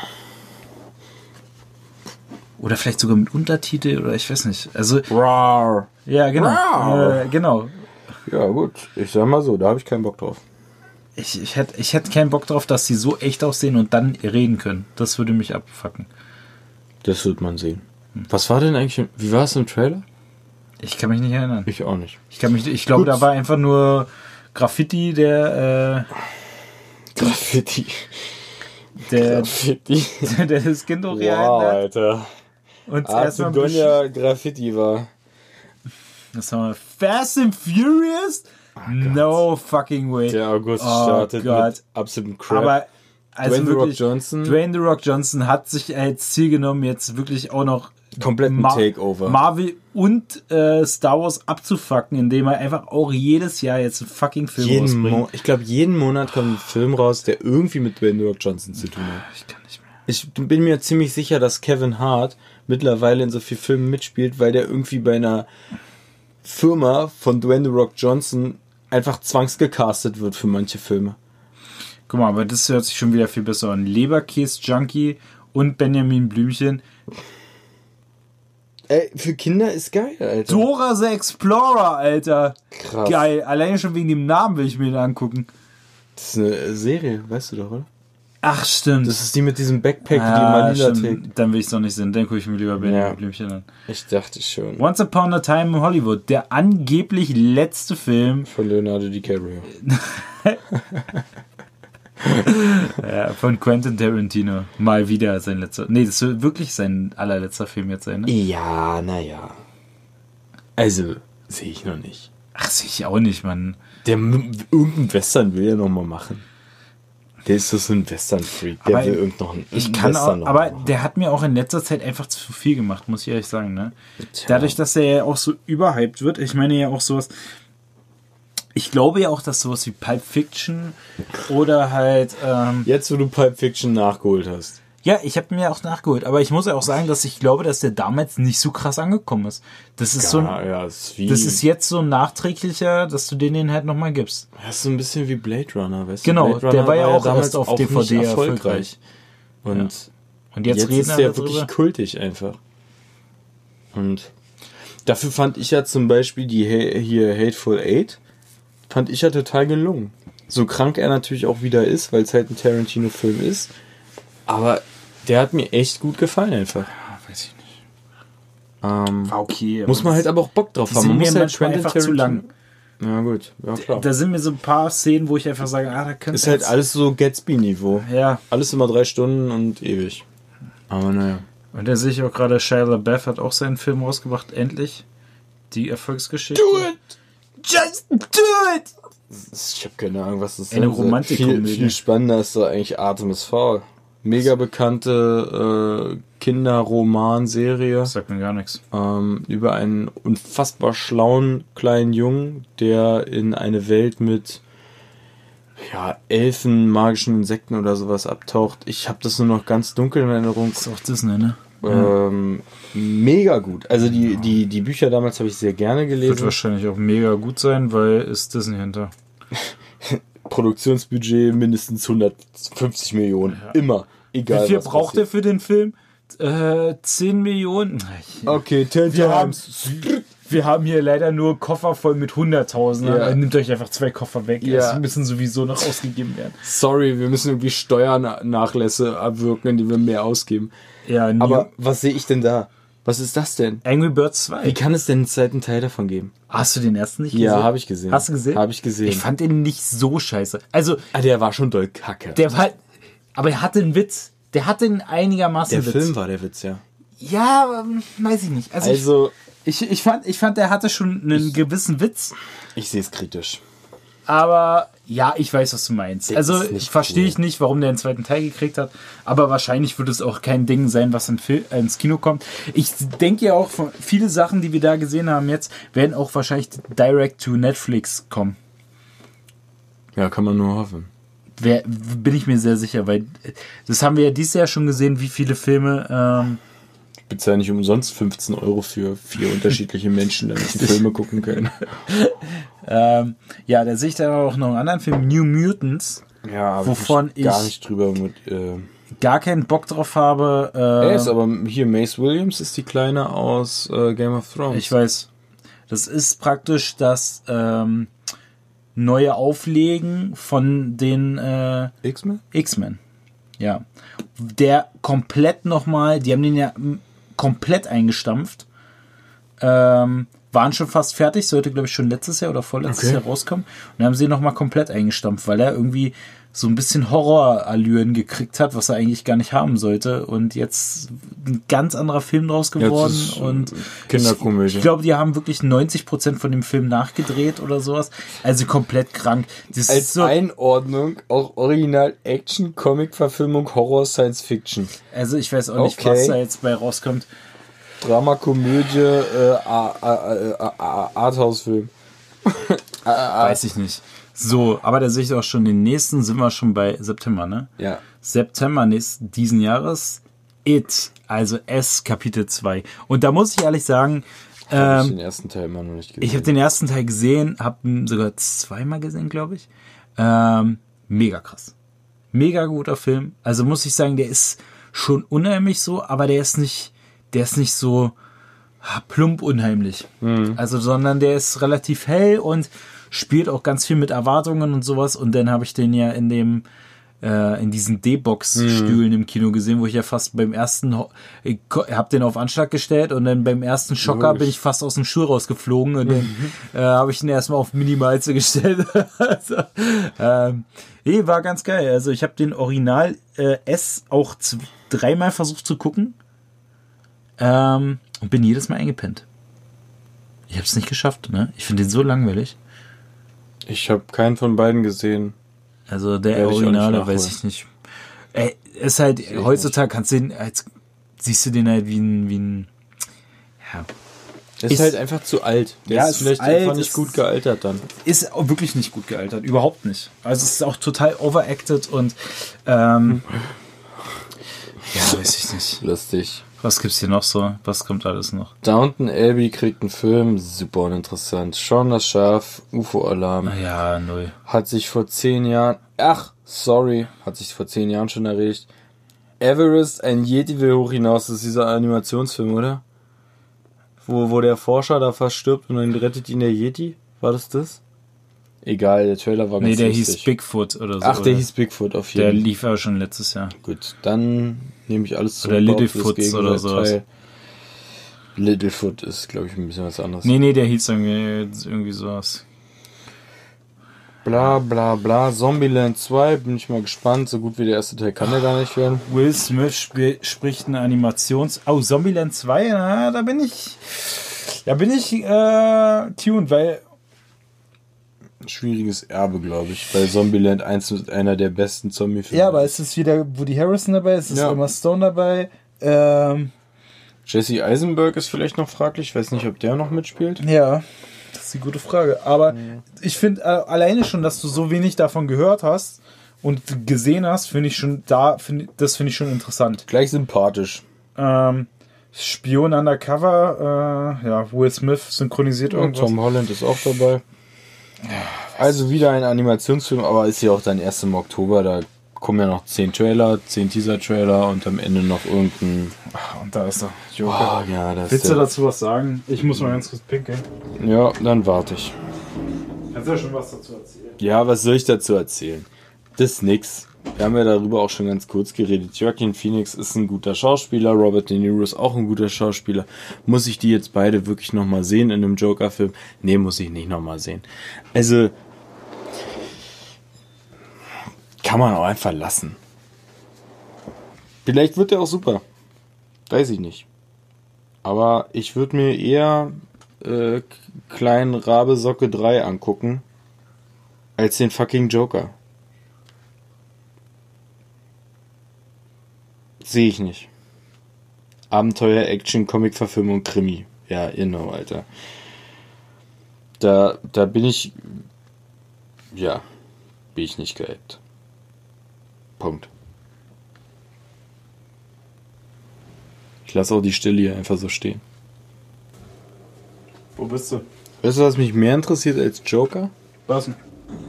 Oder vielleicht sogar mit Untertitel oder ich weiß nicht. Also, Rar. ja, genau. Wow. Äh, genau. Ja, gut. Ich sag mal so, da habe ich keinen Bock drauf. Ich, ich hätte ich hätt keinen Bock drauf, dass sie so echt aussehen und dann reden können. Das würde mich abfucken. Das wird man sehen. Was war denn eigentlich, im- wie war es im Trailer? Ich kann mich nicht erinnern. Ich auch nicht. Ich, kann mich, ich glaube, Gut. da war einfach nur Graffiti, der, äh, Graffiti. der, Graffiti. der das Kind Wow, hochgehalten hat. Alter. Und erstmal ein bisschen, Arzugonia Graffiti war. das haben wir, Fast and Furious? No fucking way. Der August Oh startet Gott. mit absolutem Crap. Aber also Dwayne The Rock wirklich, Johnson. Dwayne The Rock Johnson hat sich als Ziel genommen, jetzt wirklich auch noch Kompletten Ma- Takeover. Marvel und äh, Star Wars abzufucken, indem er einfach auch jedes Jahr jetzt einen fucking Film jeden rausbringt. Mo ich glaube, jeden Monat kommt ein Film raus, der irgendwie mit Dwayne The Rock Johnson zu tun hat. Ich kann nicht mehr. Ich bin mir ziemlich sicher, dass Kevin Hart mittlerweile in so vielen Filmen mitspielt, weil der irgendwie bei einer Firma von Dwayne The Rock Johnson einfach zwangsgecastet wird für manche Filme. Guck mal, aber das hört sich schon wieder viel besser an. Leberkäse-Junkie und Benjamin Blümchen. Ey, für Kinder ist geil, Alter. Dora the Explorer, Alter. Krass. Geil. Alleine schon wegen dem Namen will ich mir den angucken. Das ist eine Serie, weißt du doch, oder? Ach, stimmt. Das ist die mit diesem Backpack, Ah, die Manila stimmt. trägt. Dann will ich es doch nicht sehen. Dann gucke ich mir lieber Benjamin Ja. Blümchen an. Ich dachte schon. Once Upon a Time in Hollywood. Der angeblich letzte Film Von Leonardo DiCaprio. ja, von Quentin Tarantino. Mal wieder sein letzter. Nee, das wird wirklich sein allerletzter Film jetzt sein, ne? Ja, naja. Also, sehe ich noch nicht. Ach, sehe ich auch nicht, Mann. Der m- irgendein Western will er noch mal machen. Der ist so ein Western-Freak. Der Aber will irgend noch einen Ich kann Western auch, noch aber machen. der hat mir auch in letzter Zeit einfach zu viel gemacht, muss ich ehrlich sagen, ne? Dadurch, dass er ja auch so überhyped wird, ich meine ja auch sowas, ich glaube ja auch, dass sowas wie Pulp Fiction oder halt, ähm, Jetzt, wo du Pulp Fiction nachgeholt hast. ja, ich habe mir auch nachgeholt, aber ich muss ja auch sagen, dass ich glaube, dass der damals nicht so krass angekommen ist. Das ist so Ja, ein, ja, das ist wie. das ist jetzt so ein nachträglicher, dass du den den halt nochmal gibst. das ist so ein bisschen wie Blade Runner, weißt du? Genau, Blade Runner der war ja auch erst auf auch D V D nicht erfolgreich. Und Und jetzt, jetzt, reden ist alle der drüber. wirklich kultig einfach. Und dafür fand ich ja zum Beispiel die Ha- hier Hateful Eight, fand ich ja total gelungen. So krank er natürlich auch wieder ist, weil es halt ein Tarantino-Film ist. Aber der hat mir echt gut gefallen einfach. Ah, weiß ich nicht. Ähm, War okay. muss man halt aber auch Bock drauf die haben. sind Man mir muss halt manchmal Quentin einfach zu lang. Tarantino- Ja gut, ja klar. Da sind mir so ein paar Szenen, wo ich einfach sage, ah, da könnte Ist halt jetzt- alles so Gatsby-Niveau. Ja, Alles immer drei Stunden und ewig. Aber naja. und da sehe ich auch gerade, Shia LaBeouf hat auch seinen Film rausgebracht, endlich. Die Erfolgsgeschichte. Just do it! Ich habe keine Ahnung, was das Eine sein soll. Romantikkomödie. Viel, viel spannender ist doch eigentlich Artemis Fowl. Mega bekannte äh, Kinderromanserie Sagt mir gar nichts. ähm, über einen unfassbar schlauen kleinen Jungen, der in eine Welt mit ja, Elfen, magischen Insekten oder sowas abtaucht. Ich habe das nur noch ganz dunkel in Erinnerung. Das ist auch Disney, ne? Ähm, mega gut. Also die, die, die Bücher damals habe ich sehr gerne Wird gelesen. wahrscheinlich auch mega gut sein, weil ist Disney hinter. Produktionsbudget mindestens hundertfünfzig Millionen. Immer. Egal. Wie viel was braucht er passiert. für den Film? Äh, zehn Millionen? Okay, ten Wir haben, times. wir haben hier leider nur Koffer voll mit hunderttausend. Ja. Nehmt euch einfach zwei Koffer weg. Ja. Die müssen sowieso noch ausgegeben werden. Sorry, wir müssen irgendwie Steuernachlässe abwirken, indem wir mehr ausgeben. Ja, New Aber was sehe ich denn da? Was ist das denn? Angry Birds zwei. Wie kann es denn einen zweiten Teil davon geben? Hast du den ersten nicht gesehen? Ja, habe ich gesehen. Hast du gesehen? Habe ich gesehen. Ich fand den nicht so scheiße. Also, ah, der war schon doll kacke. der war... aber er hatte einen Witz. Der hatte einen einigermaßen Der Witz. Film war der Witz, ja. Ja, ähm, weiß ich nicht. Also, Also, ich, ich, ich, fand, ich fand, der hatte schon einen gewissen Witz. ich sehe es kritisch. Aber ja, ich weiß, was du meinst. Der Also ist nicht verstehe cool. ich nicht, warum der einen zweiten Teil gekriegt hat. Aber wahrscheinlich wird es auch kein Ding sein, was in Fil- äh, ins Kino kommt. Ich denke ja auch, von viele Sachen, die wir da gesehen haben jetzt, werden auch wahrscheinlich direct to Netflix kommen. Ja, kann man nur hoffen. Wer, bin ich mir sehr sicher, weil das haben wir ja dieses Jahr schon gesehen, wie viele Filme... Ähm, Ich bezahle nicht umsonst fünfzehn Euro für vier unterschiedliche Menschen, damit sie Filme gucken können. ähm, ja, da sehe ich dann auch noch einen anderen Film, New Mutants, Ja, aber wovon ich gar ich- nicht drüber mit. Äh, gar keinen Bock drauf habe. Äh, er ist aber hier Mace Williams ist die Kleine aus äh, Game of Thrones. Ich weiß. Das ist praktisch das ähm, neue Auflegen von den äh, X-Men? X-Men. Ja. Der komplett nochmal, die haben den ja m, komplett eingestampft. Ähm, waren schon fast fertig, sollte glaube ich schon letztes Jahr oder vorletztes Okay. Jahr rauskommen. Und dann haben sie ihn nochmal komplett eingestampft, weil er irgendwie so ein bisschen Horrorallüren gekriegt hat, was er eigentlich gar nicht haben sollte. Und jetzt ein ganz anderer Film draus geworden. Jetzt ist, äh, und Kinderkomödie. Ich, ich glaube, die haben wirklich neunzig Prozent von dem Film nachgedreht oder sowas. Also komplett krank. Das Als ist so, Einordnung auch Original Action, Comic-Verfilmung, Horror, Science Fiction. also ich weiß auch nicht, Okay. was da jetzt bei rauskommt. Drama, Komödie, äh, A- A- A- A- Arthouse-Film. Weiß ich nicht. So, aber da sehe ich auch schon den nächsten, sind wir schon bei September, ne? Ja. September nächsten, diesen Jahres. It, also S, Kapitel zwei. Und da muss ich ehrlich sagen, Hab ich ähm, den ersten Teil immer noch nicht gesehen. ich habe den ersten Teil gesehen, habe ihn sogar zweimal gesehen, glaube ich. Ähm, mega krass. Mega guter Film. Also muss ich sagen, der ist schon unheimlich so, aber der ist nicht, der ist nicht so ah, plump unheimlich. Also, sondern der ist relativ hell und spielt auch ganz viel mit Erwartungen und sowas. Und dann habe ich den ja in dem äh, in diesen D-Box-Stühlen im Kino gesehen, wo ich ja fast beim ersten, Ho- ich habe den auf Anschlag gestellt und dann beim ersten Schocker Logisch. bin ich fast aus dem Stuhl rausgeflogen und dann äh, habe ich ihn erstmal auf Minimalste gestellt. also, ähm, nee, war ganz geil. Also ich habe den Original äh, S auch z- dreimal versucht zu gucken ähm, und bin jedes Mal eingepennt. Ich habe es nicht geschafft, ne? Ich finde den so langweilig. Ich habe keinen von beiden gesehen. Also der Werde ich auch nicht Originale, nachholen. weiß ich nicht. Ey, ist halt, ich heutzutage kannst du den, als, siehst du den halt wie ein, wie ein, ja, Ist, Ist- halt einfach zu alt. Der Ja, ist es ist vielleicht alt, einfach nicht es gut ist- gealtert dann. ist auch wirklich nicht gut gealtert, überhaupt nicht. Also es ist auch total overacted und, ähm, ja, weiß ich nicht. Lustig. Was gibt's hier noch so? Was kommt alles noch? Downton Abbey kriegt einen Film, super uninteressant. Shaun das Schaf, U F O-Alarm. Ja, null. Hat sich vor zehn Jahren, ach, sorry, hat sich vor zehn Jahren schon erregt. Everest, ein Yeti will hoch hinaus, das ist dieser Animationsfilm, oder? Wo, wo der Forscher da fast stirbt und dann rettet ihn der Yeti? War das das? Egal, der Trailer war Nee, ganz der lustig. hieß Bigfoot oder so. Ach, der oder? hieß Bigfoot auf Der jeden Fall. lief ja schon letztes Jahr. Gut, dann nehme ich alles zurück. Oder behaupte Littlefoots das oder sowas. Gegenteil. Littlefoot ist, glaube ich, ein bisschen was anderes. Nee, nee, der hieß irgendwie, irgendwie sowas. Bla bla bla. Zombieland zwei, bin ich mal gespannt. So gut wie der erste Teil kann der gar nicht werden. Will Smith sp spricht eine Animations... Oh, Zombieland zwei, na, da bin ich... Da bin ich äh, tuned, weil... Schwieriges Erbe, glaube ich, weil Zombieland eins ist einer der besten Zombie-Filme. Ja, aber es ist wieder Woody Harrelson dabei, es ist Ja. Emma Stone dabei. Ähm, Jesse Eisenberg ist vielleicht noch fraglich. Ich weiß nicht, ob der noch mitspielt. ja, das ist die gute Frage. Aber ich finde äh, alleine schon, dass du so wenig davon gehört hast und gesehen hast, finde ich schon da, find, das finde ich schon interessant. Gleich sympathisch. Ähm, Spion Undercover, äh, ja, Will Smith synchronisiert Und irgendwas. Tom Holland ist auch dabei. Also wieder ein Animationsfilm, aber ist ja auch dann erst im Oktober. Da kommen ja noch zehn Trailer, zehn Teaser-Trailer und am Ende noch irgendein... Und da ist er. Joker. Oh, ja, das Willst ist du der, dazu was sagen? Ich muss mal ganz kurz pinkeln. Ja, dann warte ich. Kannst du ja schon was dazu erzählen? Ja, was soll ich dazu erzählen? Das ist nix. Wir haben ja darüber auch schon ganz kurz geredet. Joaquin Phoenix ist ein guter Schauspieler, Robert De Niro ist auch ein guter Schauspieler. Muss ich die jetzt beide wirklich nochmal sehen in einem Joker-Film? Nee, muss ich nicht nochmal sehen. Also, kann man auch einfach lassen. Vielleicht wird der auch super. Weiß ich nicht. Aber ich würde mir eher äh, kleinen Rabe Socke drei angucken, als den fucking Joker. Sehe ich nicht. Abenteuer, Action, Comic-Verfilmung, Krimi. Ja, genau, Alter. Da, da bin ich... Ja, bin ich nicht gehypt. Punkt. Ich lasse auch die Stille hier einfach so stehen. Wo bist du? Weißt du, was mich mehr interessiert als Joker? Was denn?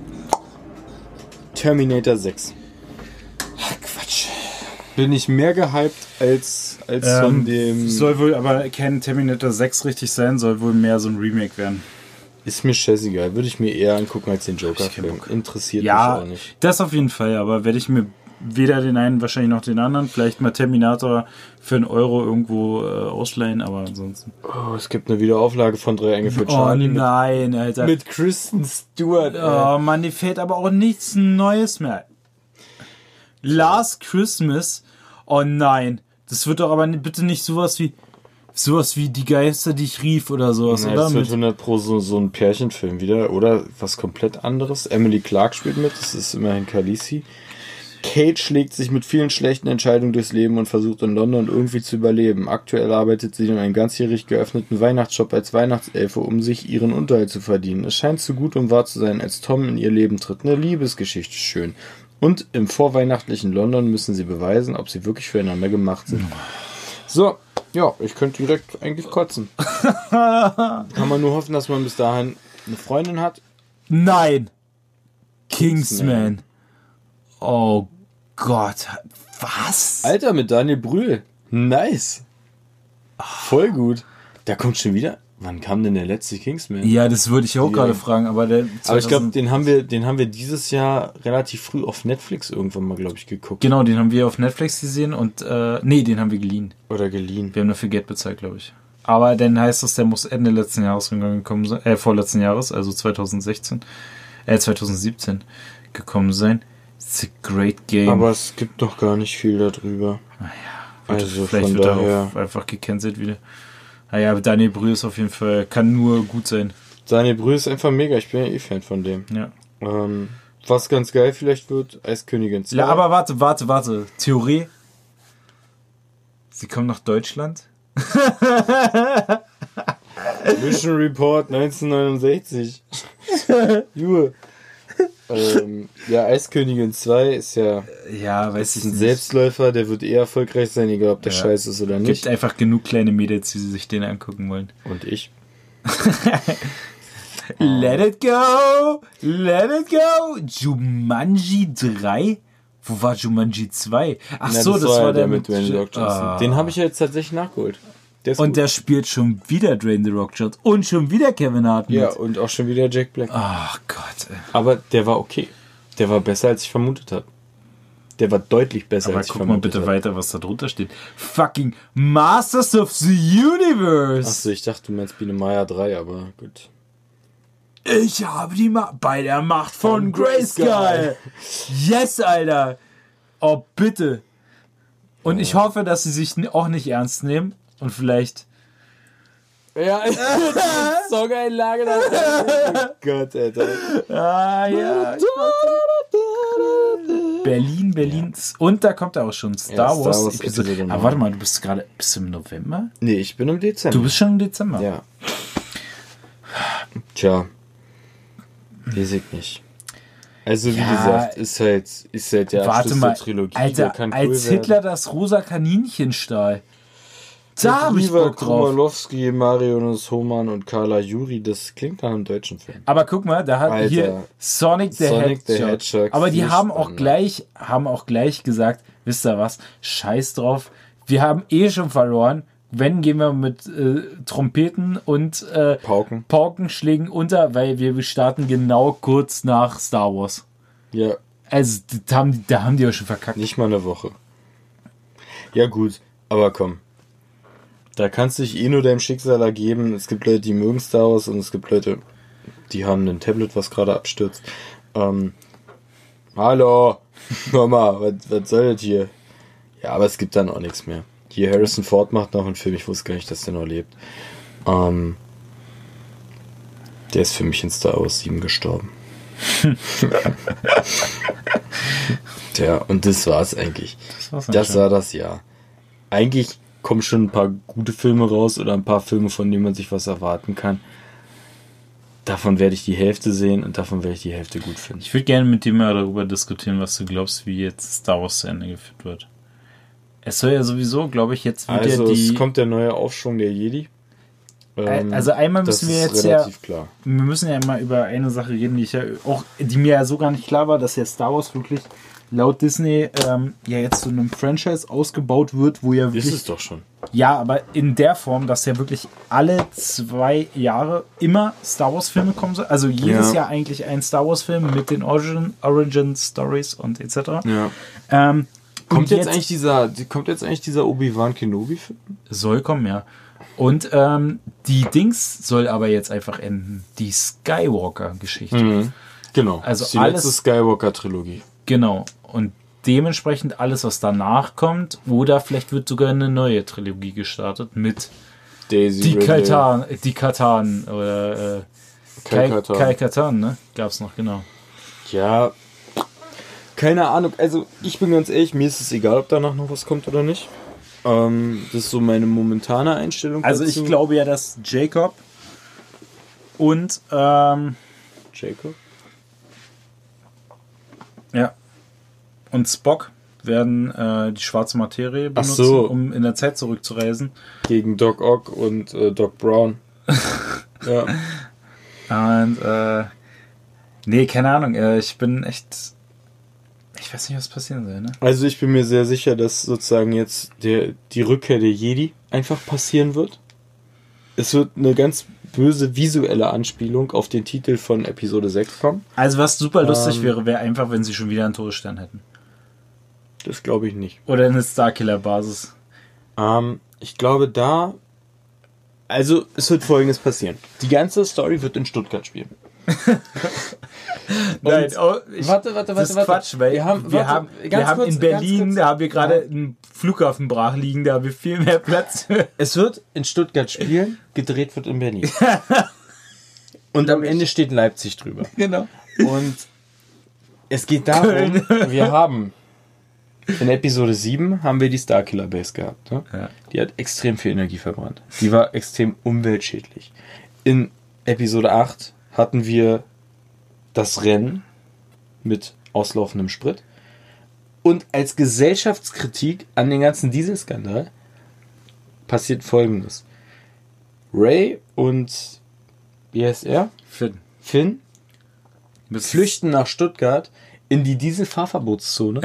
Terminator sechs. Ach, Quatsch. Bin ich mehr gehypt als, als von Ähm, dem... soll wohl aber kein Terminator sechs richtig sein, soll wohl mehr so ein Remake werden. Ist mir scheißegal. Würde ich mir eher angucken als den Ich keinen Joker-Film. Bock. Interessiert mich Ja, auch nicht. das auf jeden Fall, aber werde ich mir weder den einen, wahrscheinlich noch den anderen, vielleicht mal Terminator für einen Euro irgendwo äh, ausleihen, aber ansonsten. Oh, es gibt eine Wiederauflage von drei Engel für Oh Charlie nein, Alter. mit, mit Kristen Stewart. ey. Oh Mann, dir fällt aber auch nichts Neues mehr. Last Christmas. Oh nein. Das wird doch aber bitte nicht sowas wie sowas wie Die Geister, die ich rief oder sowas, Na, oder? das wird Mit, hundert Pro so, so ein Pärchenfilm wieder. Oder was komplett anderes. Emily Clark spielt mit. Das ist immerhin Khaleesi. Kate schlägt sich mit vielen schlechten Entscheidungen durchs Leben und versucht in London irgendwie zu überleben. Aktuell arbeitet sie in einem ganzjährig geöffneten Weihnachtsshop als Weihnachtselfe, um sich ihren Unterhalt zu verdienen. Es scheint so gut, um wahr zu sein, als Tom in ihr Leben tritt. Eine Liebesgeschichte, schön. Und im vorweihnachtlichen London müssen sie beweisen, ob sie wirklich füreinander gemacht sind. So, ja, ich könnte direkt eigentlich kotzen. Kann man nur hoffen, dass man bis dahin eine Freundin hat. nein. Kingsman. Oh Gott. Was? Alter, mit Daniel Brühl. Nice. Voll gut. Da kommt schon wieder. Wann kam denn der letzte Kingsman? Ja, das würde ich auch Die- gerade fragen, aber der Aber ich glaube, zweitausend den haben wir, den haben wir dieses Jahr relativ früh auf Netflix irgendwann mal, glaube ich, geguckt. Genau, den haben wir auf Netflix gesehen und äh, nee, den haben wir geliehen. Oder geliehen. Wir haben dafür Geld bezahlt, glaube ich. Aber dann heißt es, der muss Ende letzten Jahres gekommen sein, äh, vorletzten Jahres, also zweitausendsechzehn, äh, zweitausendsiebzehn gekommen sein. It's a great game. Aber es gibt doch gar nicht viel darüber. Wird- Also vielleicht von wird er daher. auch einfach gecancelt wieder. Naja, aber Daniel Brühl ist auf jeden Fall, kann nur gut sein. Daniel Brühl ist einfach mega. Ich bin ja eh Fan von dem. Ja. Ähm, was ganz geil vielleicht wird, Eiskönigin zwei. Ja, aber warte, warte, warte. Theorie. Sie kommen nach Deutschland. Mission Report neunzehnhundertneunundsechzig. Junge. ähm, ja, Eiskönigin zwei ist ja Ja, weiß ich ein nicht. Selbstläufer, der wird eher erfolgreich sein, egal ob der Ja. scheiße ist oder Gibt nicht. einfach genug kleine Mädels, die sich den angucken wollen. Und ich. Let it go! Let it go! Jumanji drei? Wo war Jumanji zwei? Ach Na, so, das, war ja der mit Dwayne The Rock Johnson. Ah. Den habe ich ja jetzt tatsächlich nachgeholt. Der ist Und gut. der spielt schon wieder Dwayne The Rock Johnson. Und schon wieder Kevin Hart mit. Ja, und auch schon wieder Jack Black. Ach Gott, ey. Aber der war okay. Der war besser, als ich vermutet habe. Der war deutlich besser, Aber als ich guck mal vermutet bitte habe. weiter, was da drunter steht. Fucking Masters of the Universe! Achso, ich dachte, du meinst Biene Meier drei, aber gut. Ich habe die Macht bei der Macht von Von Grayskull. Grayskull. Yes, Alter. Oh, bitte. Und ich hoffe, dass sie sich auch nicht ernst nehmen und vielleicht... Ja, Song-Einlage. Oh Gott, Alter. Ah, ja. Berlin, Berlin. Und da kommt auch schon Star, Ja, Star Wars. Wars Episode. Episode Aber warte mal, du bist gerade... Bist du im November? Nee, ich bin im Dezember. Du bist schon im Dezember. Ja. Tja. Weiß ich nicht. Also, wie Ja, gesagt, ist halt, ist halt der Warte Abschluss mal, der Trilogie. der Alter, kann cool als werden. Hitler das rosa Kaninchen stahl. Da hab ich Lieber Bock drauf. Kowalowski, Marius Hohmann und Carla Juri, das klingt nach einem deutschen Film. Aber guck mal, da hat Alter. hier Sonic the, Sonic the Hedgehog. Hedgehog, Aber die viel haben auch spannender. gleich, haben auch gleich gesagt, wisst ihr was? Scheiß drauf. Wir haben eh schon verloren. Wenn, gehen wir mit äh, Trompeten und äh, Pauken. Paukenschlägen unter, weil wir starten genau kurz nach Star Wars. Ja, Also, da haben, die- da haben die ja schon verkackt. nicht mal eine Woche. Ja gut, aber komm. Da kannst du dich eh nur deinem Schicksal ergeben. Es gibt Leute, die mögen Star Wars und es gibt Leute, die haben ein Tablet, was gerade Ähm, hallo, Mama, was, was soll das hier? Ja, aber es gibt dann auch nichts mehr. Hier Harrison Ford macht noch einen Film, ich wusste gar nicht, dass der noch lebt. Ähm, der ist für mich in Star Wars sieben gestorben. Tja, und das war's eigentlich. Das war's Das war das Jahr. Eigentlich kommen schon ein paar gute Filme raus oder ein paar Filme, von denen man sich was erwarten kann. Davon werde ich die Hälfte sehen und davon werde ich die Hälfte gut finden. Ich würde gerne mit dir mal darüber diskutieren, was du glaubst, wie jetzt Star Wars zu Ende geführt wird. Es soll ja sowieso, glaube ich, jetzt wieder Also die... es kommt der neue Aufschwung der Jedi. Ähm, Also einmal müssen wir das jetzt ist ja... relativ klar. Wir müssen ja mal über eine Sache reden, die ich ja auch, die mir ja so gar nicht klar war, dass ja Star Wars wirklich laut Disney ähm, ja jetzt zu einem Franchise ausgebaut wird, wo ja Ist wirklich... es doch schon. Ja, aber in der Form, dass ja wirklich alle zwei Jahre immer Star Wars Filme kommen sollen. Also jedes Ja. Jahr eigentlich ein Star Wars Film mit den Origin, Origin Stories und et cetera. Ja. Ähm, Kommt und jetzt, eigentlich dieser, kommt jetzt eigentlich dieser Obi-Wan Kenobi-Film? soll kommen, ja. Und ähm, die Dings soll aber jetzt einfach enden. Die Skywalker-Geschichte. Genau. Also das ist die alles- letzte Skywalker-Trilogie. Genau. Und dementsprechend alles, was danach kommt, oder vielleicht wird sogar eine neue Trilogie gestartet mit Daisy die Ridley. Katan, die Katan oder äh, Kai Kai-Katan. Kai Katan, ne? Gab's noch, genau. Ja, keine Ahnung. Also ich bin ganz ehrlich, mir ist es egal, ob danach noch was kommt oder nicht. Ähm, das ist so meine momentane Einstellung. Also ich dazu. glaube ja, dass Jacob und ähm, Jacob? ja und Spock werden äh, die schwarze Materie Ach benutzen, so. um in der Zeit zurückzureisen. Gegen Doc Ock und äh, Doc Brown. Ja. Und äh, nee, keine Ahnung. Äh, ich bin echt, ich weiß nicht, was passieren soll, ne? Also ich bin mir sehr sicher, dass sozusagen jetzt der, die Rückkehr der Jedi einfach passieren wird. Es wird eine ganz böse visuelle Anspielung auf den Titel von Episode sechs kommen. Also was super lustig Ähm. wäre, wäre einfach, wenn sie schon wieder einen Todesstern hätten. Das glaube ich nicht. Oder eine Starkiller-Basis. Ähm, ich glaube da... Also es wird Folgendes passieren. Die ganze Story wird in Stuttgart spielen. Nein, oh, ich, warte, warte, das ist warte, warte. Quatsch, weil Wir haben- wir warte, haben, ganz wir haben kurz, in ganz Berlin, kurz. da haben wir gerade einen Flughafen brach liegen, da haben wir viel mehr Platz. Es wird in Stuttgart spielen, gedreht wird in Berlin. Und am Ende steht Leipzig drüber. Genau. Und es geht darum, wir haben in Episode sieben haben wir die Starkiller Base gehabt. Ne? Ja. Die hat extrem viel Energie verbrannt. Die war extrem umweltschädlich. In Episode acht hatten wir das Rennen mit auslaufendem Sprit. Und als Gesellschaftskritik an den ganzen Dieselskandal passiert Folgendes. Ray und wie heißt er? Finn. Finn Mit flüchten nach Stuttgart in die Dieselfahrverbotszone,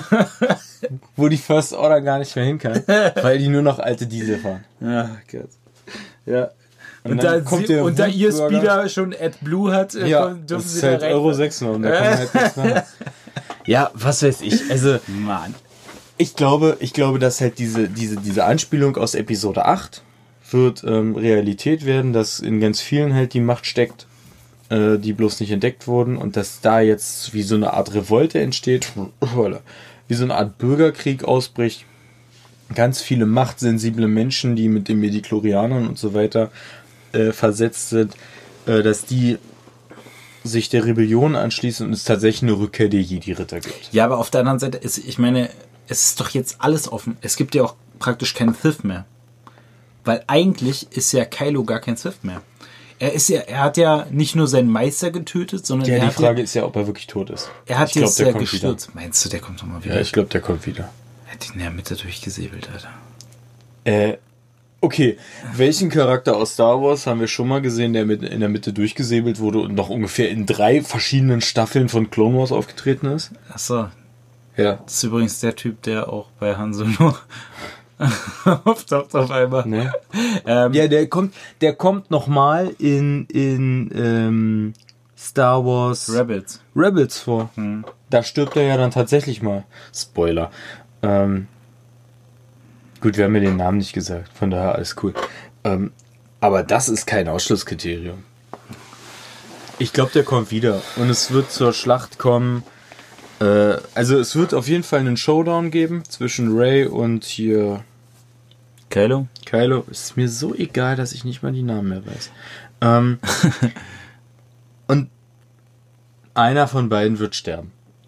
wo die First Order gar nicht mehr hin kann, weil die nur noch alte Diesel fahren. Ja, Gott. Ja. Und, Und, dann da, kommt sie, der und da ihr Wutbürger- Speeder schon AdBlue hat, äh, ja, dürfen das sie ist da halt rein. Euro sechs noch und da kann man halt nichts machen. Ja, was weiß ich. Also Mann. ich glaube, ich glaube, dass halt diese, diese, diese Anspielung aus Episode acht wird ähm, Realität werden, dass in ganz vielen halt die Macht steckt, äh, die bloß nicht entdeckt wurden und dass da jetzt wie so eine Art Revolte entsteht, wie so eine Art Bürgerkrieg ausbricht. Ganz viele machtsensible Menschen, die mit den Midichlorianern und so weiter äh, versetzt sind, äh, dass die sich der Rebellion anschließen und es tatsächlich eine Rückkehr der Jedi-Ritter gibt. Ja, aber auf der anderen Seite, ist, ich meine, es ist doch jetzt alles offen. Es gibt ja auch praktisch keinen Sith mehr. Weil eigentlich ist ja Kylo gar kein Sith mehr. Er ist ja, er hat ja nicht nur seinen Meister getötet, sondern Ja, er die hat Frage ja, ist ja, ob er wirklich tot ist. er hat Ich glaub, jetzt der ja kommt gestürzt. Meinst du, der kommt nochmal wieder? Ja, ich glaube, der kommt wieder. Er hat ihn in der Mitte durchgesäbelt, Alter. Äh, okay. Welchen Charakter aus Star Wars haben wir schon mal gesehen, der mit in der Mitte durchgesäbelt wurde und noch ungefähr in drei verschiedenen Staffeln von Clone Wars aufgetreten ist? Achso, Ja. das ist übrigens der Typ, der auch bei Han Solo auftaucht auf einmal. Ne? Ähm, Ja, der kommt, der kommt noch mal in in ähm, Star Wars Rebels. Rebels vor. Da stirbt er ja dann tatsächlich mal. Spoiler. Ähm, gut, wir haben ja den Namen nicht gesagt, von daher alles cool. Ähm, aber das ist kein Ausschlusskriterium. Ich glaube, der kommt wieder. Und es wird zur Schlacht kommen Äh, also es wird auf jeden Fall einen Showdown geben zwischen Rey und hier Kylo? Kylo. Ist mir so egal, dass ich nicht mal die Namen mehr weiß. Ähm, und einer von beiden wird sterben.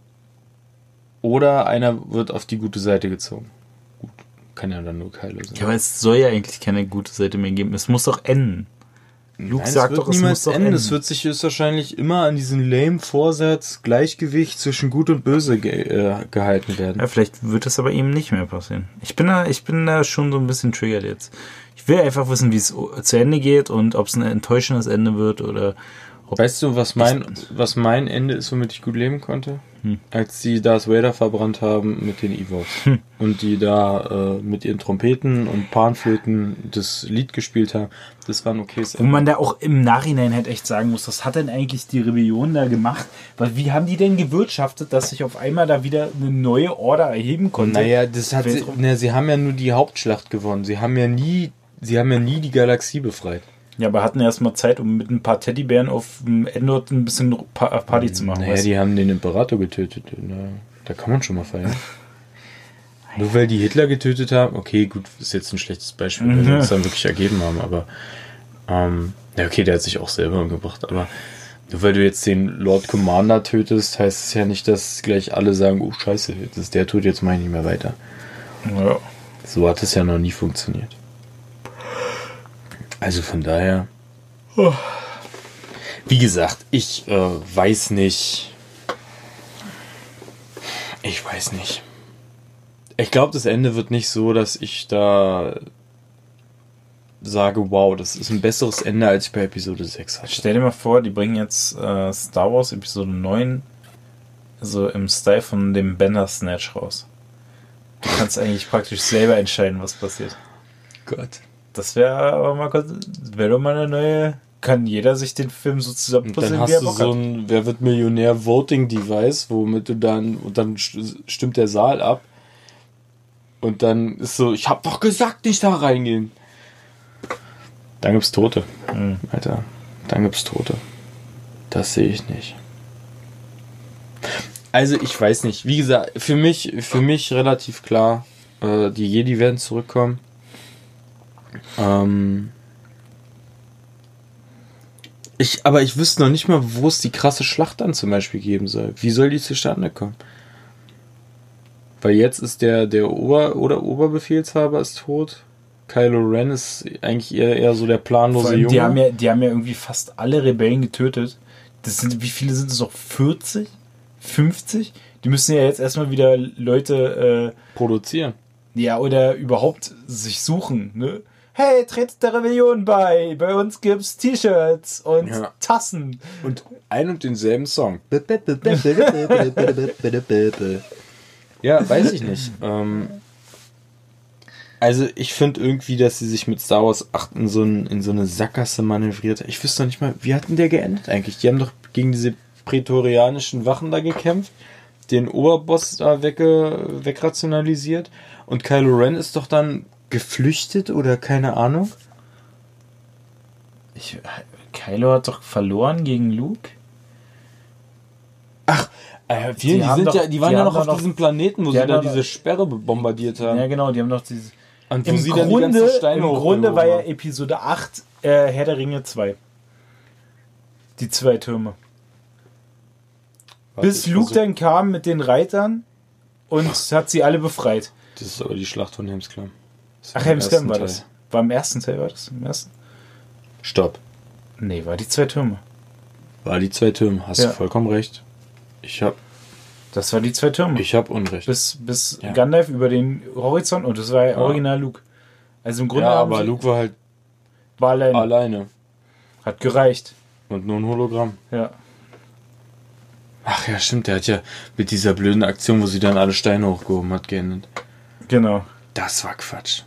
Oder einer wird auf die gute Seite gezogen. Gut, kann ja dann nur Kylo sein. Ja, aber es soll ja eigentlich keine gute Seite mehr geben. Es muss doch enden. Luke Nein, sagt es wird doch, es niemals muss doch enden. enden. Es wird sich höchstwahrscheinlich immer an diesen lame Vorsatz Gleichgewicht zwischen Gut und Böse ge äh, gehalten werden. Ja, vielleicht wird das aber eben nicht mehr passieren. Ich bin da, ich bin da schon so ein bisschen triggert jetzt. Ich will einfach wissen, wie es zu Ende geht und ob es ein enttäuschendes Ende wird oder ob Weißt du, was mein, was mein Ende ist, womit ich gut leben konnte? Hm. Als sie Darth Vader verbrannt haben mit den Ewoks. Hm. Und die da äh, mit ihren Trompeten und Panflöten das Lied gespielt haben. Das war ein okayes wo man da auch im Nachhinein halt echt sagen muss, was hat denn eigentlich die Rebellion da gemacht? Weil wie haben die denn gewirtschaftet, dass sich auf einmal da wieder eine neue Order erheben konnte? Naja, das hat sie, na, sie haben ja nur die Hauptschlacht gewonnen. Sie haben ja nie, sie haben ja nie die Galaxie befreit. Ja, aber hatten erst mal Zeit, um mit ein paar Teddybären auf dem Endor ein bisschen Pa- Party zu machen. Naja, weißt du? die haben den Imperator getötet. Na, da kann man schon mal feiern. Nur weil die Hitler getötet haben, okay, gut, ist jetzt ein schlechtes Beispiel, weil Mhm. sie es dann wirklich ergeben haben, aber ähm, ja, okay, der hat sich auch selber umgebracht, aber nur weil du jetzt den Lord Commander tötest, heißt es ja nicht, dass gleich alle sagen, oh scheiße, das ist der Tod, jetzt mache ich nicht mehr weiter. Ja. So hat es ja noch nie funktioniert. Also von daher, wie gesagt, ich äh, weiß nicht. Ich weiß nicht. Ich glaube, das Ende wird nicht so, dass ich da sage, wow, das ist ein besseres Ende, als ich bei Episode sechs hatte. Stell dir mal vor, die bringen jetzt äh, Star Wars Episode neun so im Style von dem Bandersnatch raus. Du kannst eigentlich praktisch selber entscheiden, was passiert. Gott. Das wäre aber mal wäre doch mal eine neue. Kann jeder sich den Film so Und zusammenpuzzeln, dann hast wie er du Bock so hat. ein Wer wird Millionär Voting Device, womit du dann, und dann st- stimmt der Saal ab. Und dann ist so, ich hab doch gesagt, nicht da reingehen. Dann gibt's Tote. Mhm. Alter, dann gibt's Tote. Das sehe ich nicht. Also ich weiß nicht. Wie gesagt, für mich, für mich relativ klar, äh, die Jedi werden zurückkommen. Ähm ich, aber ich wüsste noch nicht mal, wo es die krasse Schlacht dann zum Beispiel geben soll. Wie soll die zustande kommen? Weil jetzt ist der, der Ober- oder Oberbefehlshaber ist tot. Kylo Ren ist eigentlich eher, eher so der Vor planlose allem, Junge. die haben ja, die haben ja irgendwie fast alle Rebellen getötet. Das sind, wie viele sind es noch? vierzig? fünfzig? Die müssen ja jetzt erstmal wieder Leute, produzieren. äh, ja, oder überhaupt sich suchen, ne? Hey, tretet der Rebellion bei. Bei uns gibt's T-Shirts und Ja. Tassen. Und ein und denselben Song. Ja, weiß ich nicht. Ähm, also ich finde irgendwie, dass sie sich mit Star Wars acht in so, ein, in so eine Sackgasse manövriert. Ich wüsste noch nicht mal, wie hat denn der geendet eigentlich? Die haben doch gegen diese prätorianischen Wachen da gekämpft, den Oberboss da wegge, wegrationalisiert und Kylo Ren ist doch dann geflüchtet oder keine Ahnung. Ich, Kylo hat doch verloren gegen Luke. Ach, äh, Die die, die, haben sind doch- ja, die waren die ja haben noch auf doch noch- diesem Planeten, wo die sie haben da doch diese noch- Sperre bombardiert haben. Ja, genau, die haben doch dieses. Und wo Im sie dann die ganzen Grunde, Steine im Grunde war ja hochgehoben haben. Episode acht äh, Herr der Ringe zwei. Die zwei Türme. Warte, Bis ich Luke versuch- dann kam mit den Reitern und hat sie alle befreit. Das ist aber die Schlacht von Helmsklamm. Das war Ach, im Helmsklamm ersten war Teil. das. War im ersten Teil, war das? Im ersten? Stopp. Nee, war die zwei Türme. War die zwei Türme. Hast Ja. du vollkommen recht. Ich hab, Das war die zwei Türme. ich hab Unrecht. bis bis Ja. Gandalf über den Horizont und das war ja Ja. original Luke. Also im Grunde ja, haben aber sie- Luke war halt war allein. alleine. Hat gereicht. Und nur ein Hologramm. Ja. Ach ja, stimmt. Der hat ja mit dieser blöden Aktion, wo sie dann alle Steine hochgehoben hat, geendet. Genau. Das war Quatsch.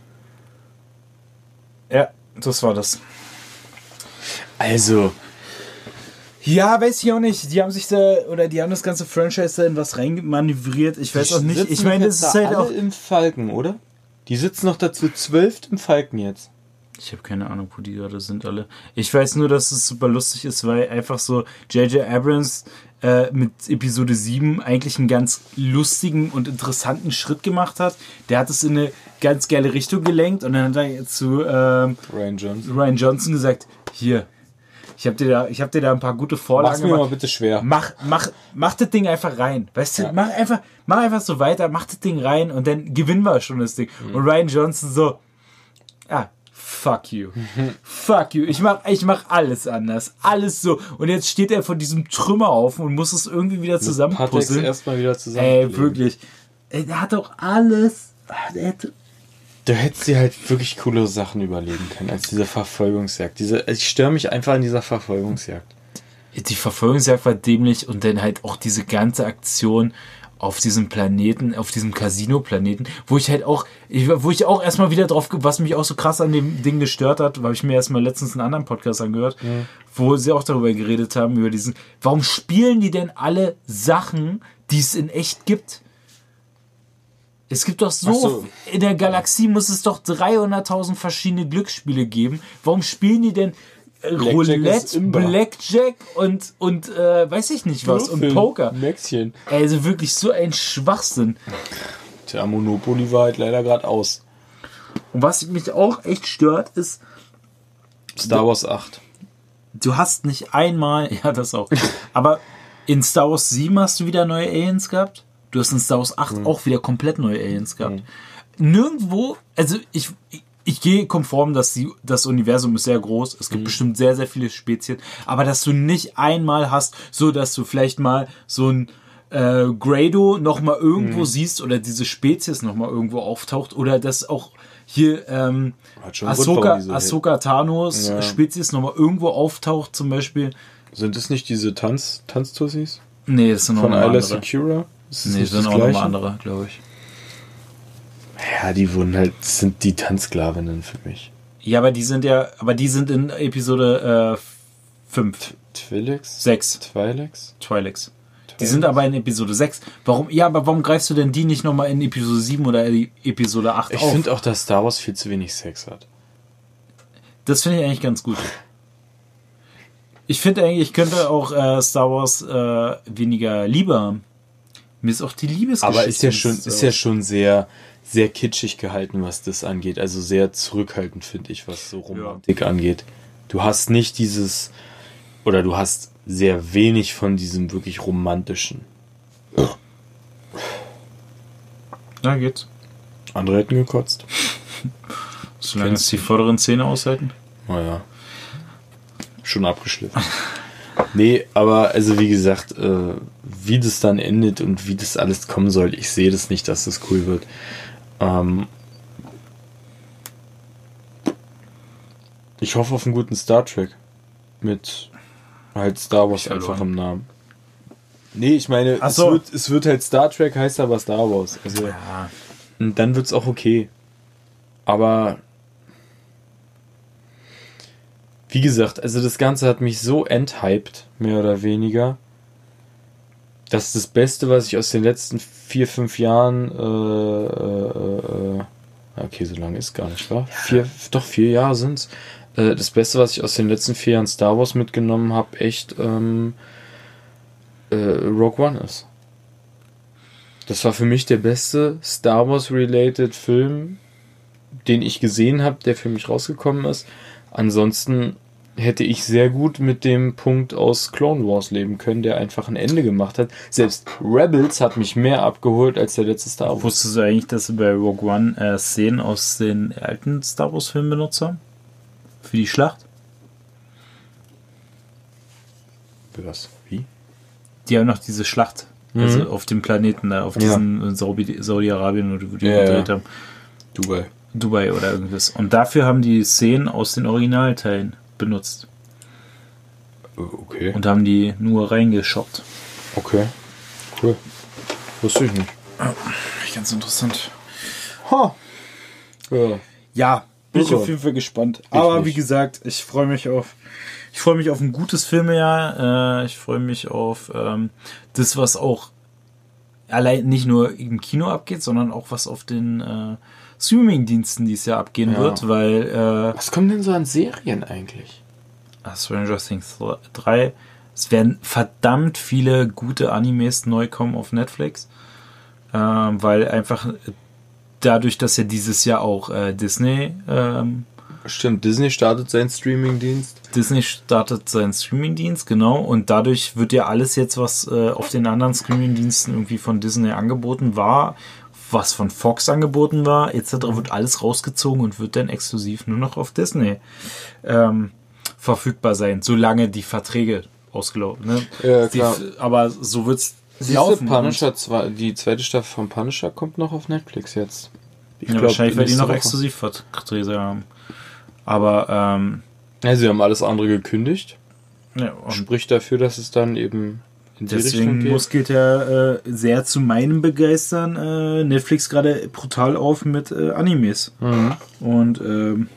Ja, das war das. Also, Ja, weiß ich auch nicht. Die haben sich da, oder die haben das ganze Franchise da in was reinmanövriert. Ich weiß die auch nicht. sitzen Ich meine, jetzt das ist da halt alle auch. im Falken, oder? Die sitzen noch dazu zwölf im Falken jetzt. Ich habe keine Ahnung, wo die gerade sind alle. Ich weiß nur, dass es super lustig ist, weil einfach so J J Abrams äh, mit Episode sieben eigentlich einen ganz lustigen und interessanten Schritt gemacht hat. Der hat es in eine ganz geile Richtung gelenkt und dann hat er zu ähm, Ryan Johnson. Ryan Johnson gesagt, hier, ich habe dir, da, ich hab dir da ein paar gute Vorlagen Mach's mir mal bitte schwer. Mach, mach, mach das Ding einfach rein. Weißt du, Ja. mach einfach, mach einfach so weiter, mach das Ding rein und dann gewinnen wir schon das Ding. Mhm. Und Ryan Johnson so, ah, fuck you. Fuck you. Ich mach, ich mach alles anders. Alles so. Und jetzt steht er von diesem Trümmerhaufen und muss es irgendwie wieder zusammenpuzzeln. erstmal wieder zusammen. Ey, wirklich. Ey, der hat doch alles. Der hätte, Du hättest dir halt wirklich coole Sachen überlegen können als diese Verfolgungsjagd. Diese, ich störe mich einfach an dieser Verfolgungsjagd. die Verfolgungsjagd war dämlich und dann halt auch diese ganze Aktion auf diesem Planeten, auf diesem Casino-Planeten, wo ich halt auch, ich, wo ich auch erstmal wieder drauf, was mich auch so krass an dem Ding gestört hat, habe ich mir erstmal letztens einen anderen Podcast angehört, mhm. wo sie auch darüber geredet haben, über diesen, warum spielen die denn alle Sachen, die es in echt gibt? Es gibt doch so, so, in der Galaxie muss es doch dreihunderttausend verschiedene Glücksspiele geben. Warum spielen die denn äh, Roulette, Blackjack und, und äh, weiß ich nicht was, und Poker? Mäxchen. Also wirklich so ein Schwachsinn. Tja, Monopoly war halt leider gerade aus. Und was mich auch echt stört, ist, Star Wars acht. Du hast nicht einmal, ja das auch, aber in Star Wars sieben hast du wieder neue Aliens gehabt. Du hast in Star Wars acht mhm. auch wieder komplett neue Aliens gehabt. Mhm. Nirgendwo, also ich, ich, ich gehe konform, dass die, das Universum ist sehr groß. Es gibt mhm. bestimmt sehr, sehr viele Spezien. Aber dass du nicht einmal hast, so dass du vielleicht mal so ein äh, Grado noch mal irgendwo mhm. siehst oder diese Spezies noch mal irgendwo auftaucht oder dass auch hier ähm, Ahsoka, Ahsoka Thanos ja. Spezies noch mal irgendwo auftaucht zum Beispiel. Sind das nicht diese Tanz, Tanztussis? Nee, das sind noch Von andere. Ayla Secura? Das nee, das sind auch noch mal andere, glaube ich. Ja, die wurden halt, sind die Tanzsklavinnen für mich. Ja, aber die sind ja, aber die sind in Episode fünf. Twi'leks? sechs. Twi'leks? Twi'leks. Die sind aber in Episode sechs. Warum? Ja, aber warum greifst du denn die nicht nochmal in Episode sieben oder Episode acht ich auf? Ich finde auch, dass Star Wars viel zu wenig Sex hat. Das finde ich eigentlich ganz gut. Ich finde eigentlich, ich könnte auch äh, Star Wars äh, weniger Liebe haben. Mir ist auch die Liebesgeschichte. Aber ist ja schon, ist ja schon sehr, sehr kitschig gehalten, was das angeht. Also sehr zurückhaltend, finde ich, was so Romantik ja. angeht. Du hast nicht dieses, oder du hast sehr wenig von diesem wirklich romantischen. Na, geht's. Andere hätten gekotzt. Solange es die vorderen Zähne aushalten. Naja. Schon abgeschliffen. Nee, aber also wie gesagt, äh, wie das dann endet und wie das alles kommen soll, ich sehe das nicht, dass das cool wird. Ähm ich hoffe auf einen guten Star Trek mit halt Star Wars einfach im Namen. Nee, ich meine, Ach es, so. wird, es wird halt Star Trek, heißt aber Star Wars. Also, ja. Und dann wird's auch okay. Aber wie gesagt, also das Ganze hat mich so enthyped, mehr oder weniger, dass das Beste, was ich aus den letzten vier, fünf Jahren, äh, äh, äh, okay, so lange ist gar nicht, wa? Vier, doch vier Jahre sind's. Äh, das Beste, was ich aus den letzten vier Jahren Star Wars mitgenommen habe, echt ähm, äh, Rogue One ist. Das war für mich der beste Star Wars-related Film, den ich gesehen habe, der für mich rausgekommen ist. Ansonsten hätte ich sehr gut mit dem Punkt aus Clone Wars leben können, der einfach ein Ende gemacht hat. Selbst Rebels hat mich mehr abgeholt als der letzte Star Wars. Wusstest du eigentlich, dass sie bei Rogue One äh, Szenen aus den alten Star Wars Filmen benutzt haben? Für die Schlacht? Für was? Wie? Die haben noch diese Schlacht. Mhm. Also auf dem Planeten da, auf Ja. diesem Saudi- Saudi-Arabien, wo die Ja, gedreht ja. haben. Dubai. Dubai oder irgendwas. Und dafür haben die Szenen aus den Originalteilen benutzt. Okay. Und haben die nur reingeschoppt. Okay. Cool. Wusste ich nicht. Ganz interessant. Ha. Ja. Ja, bin ich Ja. auf jeden Fall gespannt. Aber nicht. wie gesagt, ich freue mich auf ich freue mich auf ein gutes Filmejahr. Äh, ich freue mich auf ähm, das, was auch allein nicht nur im Kino abgeht, sondern auch was auf den äh, Streaming-Diensten dieses Jahr abgehen Ja. wird, weil äh, Was kommt denn so an Serien eigentlich? Stranger Things drei, es werden verdammt viele gute Animes neu kommen auf Netflix, ähm, weil einfach dadurch, dass ja dieses Jahr auch äh, Disney ähm, Stimmt, Disney startet seinen Streaming-Dienst. Disney startet seinen Streaming-Dienst, genau, und dadurch wird ja alles jetzt, was äh, auf den anderen Streaming-Diensten irgendwie von Disney angeboten war, was von Fox angeboten war, et cetera, wird alles rausgezogen und wird dann exklusiv nur noch auf Disney ähm, verfügbar sein, solange die Verträge ausgelaufen ne? Ja, klar. Die, aber so wird's Siehste, laufen. Punisher, zwei, die zweite Staffel von Punisher kommt noch auf Netflix jetzt. Ich Ja, glaub, wahrscheinlich, weil die nächste noch Woche. Exklusivverträge haben. Aber, ähm, Ja, sie haben alles andere gekündigt. ja, und Spricht dafür, dass es dann eben in die Richtung deswegen geht. muskelt ja äh, sehr zu meinem Begeistern äh, Netflix gerade brutal auf mit äh, Animes. Mhm. Und ähm,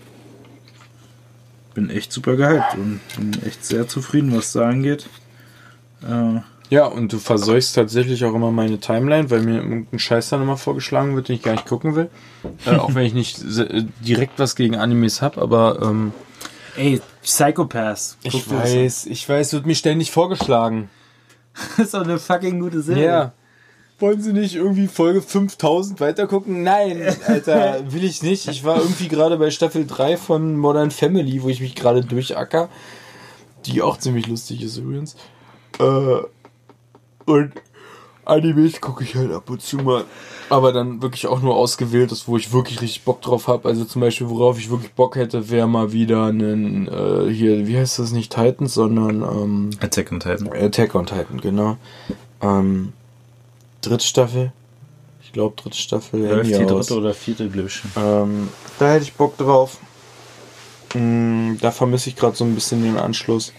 bin echt super gehypt und bin echt sehr zufrieden, was da angeht. Äh, Ja, und du verseuchst tatsächlich auch immer meine Timeline, weil mir irgendein Scheiß dann immer vorgeschlagen wird, den ich gar nicht gucken will. äh, auch wenn ich nicht se- direkt was gegen Animes habe, aber ähm, ey, Psychopaths. Guck ich dir das weiß, ich weiß, wird mir ständig vorgeschlagen. an. Das ist doch eine fucking gute Serie. Ja. Wollen Sie nicht irgendwie Folge fünftausend weitergucken? Nein, Alter, will ich nicht. Ich war irgendwie gerade bei Staffel drei von Modern Family, wo ich mich gerade durchacker. Die auch ziemlich lustig ist übrigens. Äh, und Animes gucke ich halt ab und zu mal. Aber dann wirklich auch nur ausgewähltes, wo ich wirklich richtig Bock drauf habe. Also zum Beispiel, worauf ich wirklich Bock hätte, wäre mal wieder ein, äh, hier, wie heißt das, nicht Titans, sondern ähm, Attack on Titan. Attack on Titan, genau. Ähm, dritte Staffel. Ich glaube, dritte Staffel. Läuft die Handy aus. dritte oder vierte, glaube ich. Ähm, da hätte ich Bock drauf. Mm, da vermisse ich gerade so ein bisschen den Anschluss.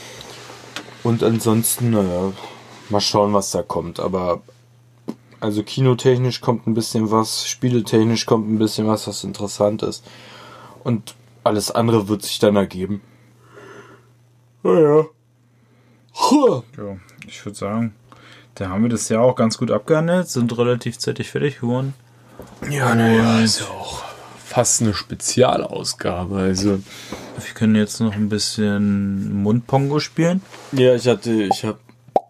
Und ansonsten, naja, mal schauen, was da kommt. Aber also kinotechnisch kommt ein bisschen was, spieletechnisch kommt ein bisschen was, was interessant ist. Und alles andere wird sich dann ergeben. Naja. Huh. Ja, ich würde sagen, da haben wir das Jahr auch ganz gut abgehandelt, sind relativ zeitig fertig geworden. Ja, naja, ist ja auch fast eine Spezialausgabe. Also. Wir können jetzt noch ein bisschen Mundpongo spielen. Ja, ich hatte, ich hab.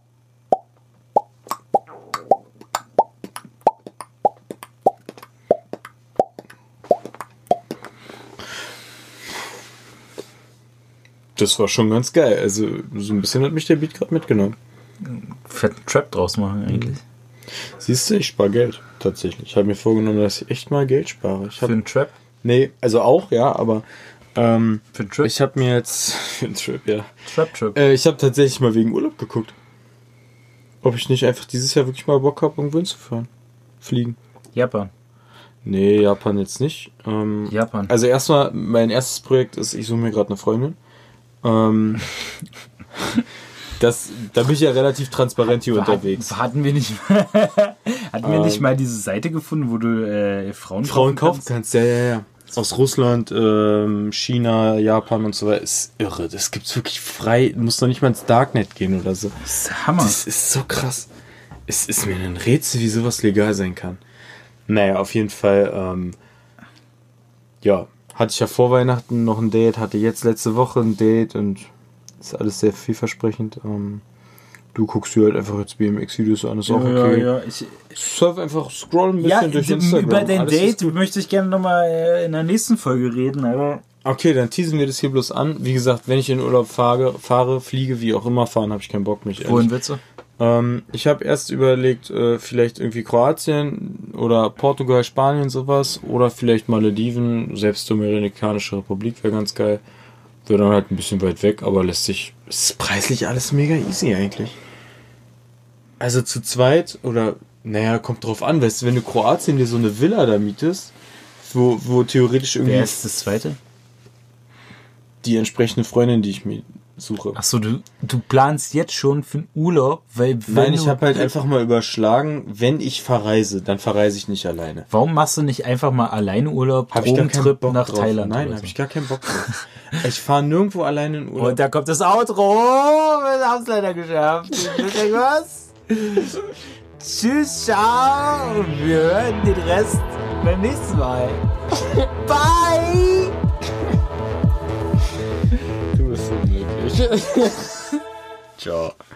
Das war schon ganz geil. Also, so ein bisschen hat mich der Beat gerade mitgenommen. Fetten Trap draus machen eigentlich. Siehst du, ich spare Geld. Tatsächlich. Ich habe mir vorgenommen, dass ich echt mal Geld spare. Ich Für hab, einen Trap? nee, also auch, ja, aber. Ähm, Für einen Trip? ich habe mir jetzt. Für einen Trip, ja. Trap-Trip. Äh, ich habe tatsächlich mal wegen Urlaub geguckt. Ob ich nicht einfach dieses Jahr wirklich mal Bock habe, irgendwo hinzufahren. Fliegen. Japan. Nee, Japan jetzt nicht. Ähm, Japan. Also erstmal, mein erstes Projekt ist, ich suche mir gerade eine Freundin. Ähm, das, da bin ich ja relativ transparent hier unterwegs. Hatten wir nicht, hatten wir nicht Ähm, mal diese Seite gefunden, wo du äh, Frauen, Frauen kaufen kannst? kannst, ja, ja, ja. Aus Russland, ähm, China, Japan und so weiter. Ist irre. Das gibt's wirklich frei. Du musst noch nicht mal ins Darknet gehen oder so. Das ist Hammer. Das ist so krass. Es ist mir ein Rätsel, wie sowas legal sein kann. Naja, auf jeden Fall, ähm, ja, hatte ich ja vor Weihnachten noch ein Date, hatte jetzt letzte Woche ein Date und ist alles sehr vielversprechend. Ähm, du guckst dir halt einfach jetzt B M X-Videos an, ist auch okay. Ja, ja, ich, Surf einfach, scroll ein bisschen ja durch d- Instagram. über dein Alles ist Date gut. möchte ich gerne nochmal äh, in der nächsten Folge reden, aber Okay, dann teasen wir das hier bloß an. Wie gesagt, wenn ich in Urlaub fahre, fahre fliege, wie auch immer fahren, habe ich keinen Bock, mich wohin willst du? Ähm, ich habe erst überlegt, äh, vielleicht irgendwie Kroatien oder Portugal, Spanien, sowas. Oder vielleicht Malediven, selbst Dominikanische Republik wäre ganz geil. Wäre dann halt ein bisschen weit weg, aber lässt sich... Ist preislich alles mega easy eigentlich. Also zu zweit oder... Naja, kommt drauf an, weißt du, wenn du Kroatien dir so eine Villa da mietest, wo, wo theoretisch irgendwie Wer ist das zweite? die entsprechende Freundin, die ich mir suche. Achso, du, du planst jetzt schon für einen Urlaub, weil wenn Nein, ich du- habe halt einfach mal überschlagen, wenn ich verreise, dann verreise ich nicht alleine. Warum machst du nicht einfach mal alleine Urlaub, Hab ich gar keinen Drogentrip Bock nach drauf. Thailand? Nein, oder habe so? ich gar keinen Bock drauf. Ich fahre nirgendwo alleine in Urlaub. Und da kommt das Outro. Wir haben es leider geschafft. Wisst ihr was? Tschüss, ciao. Und wir hören den Rest beim nächsten Mal. Bye. Du bist so möglich. Ciao.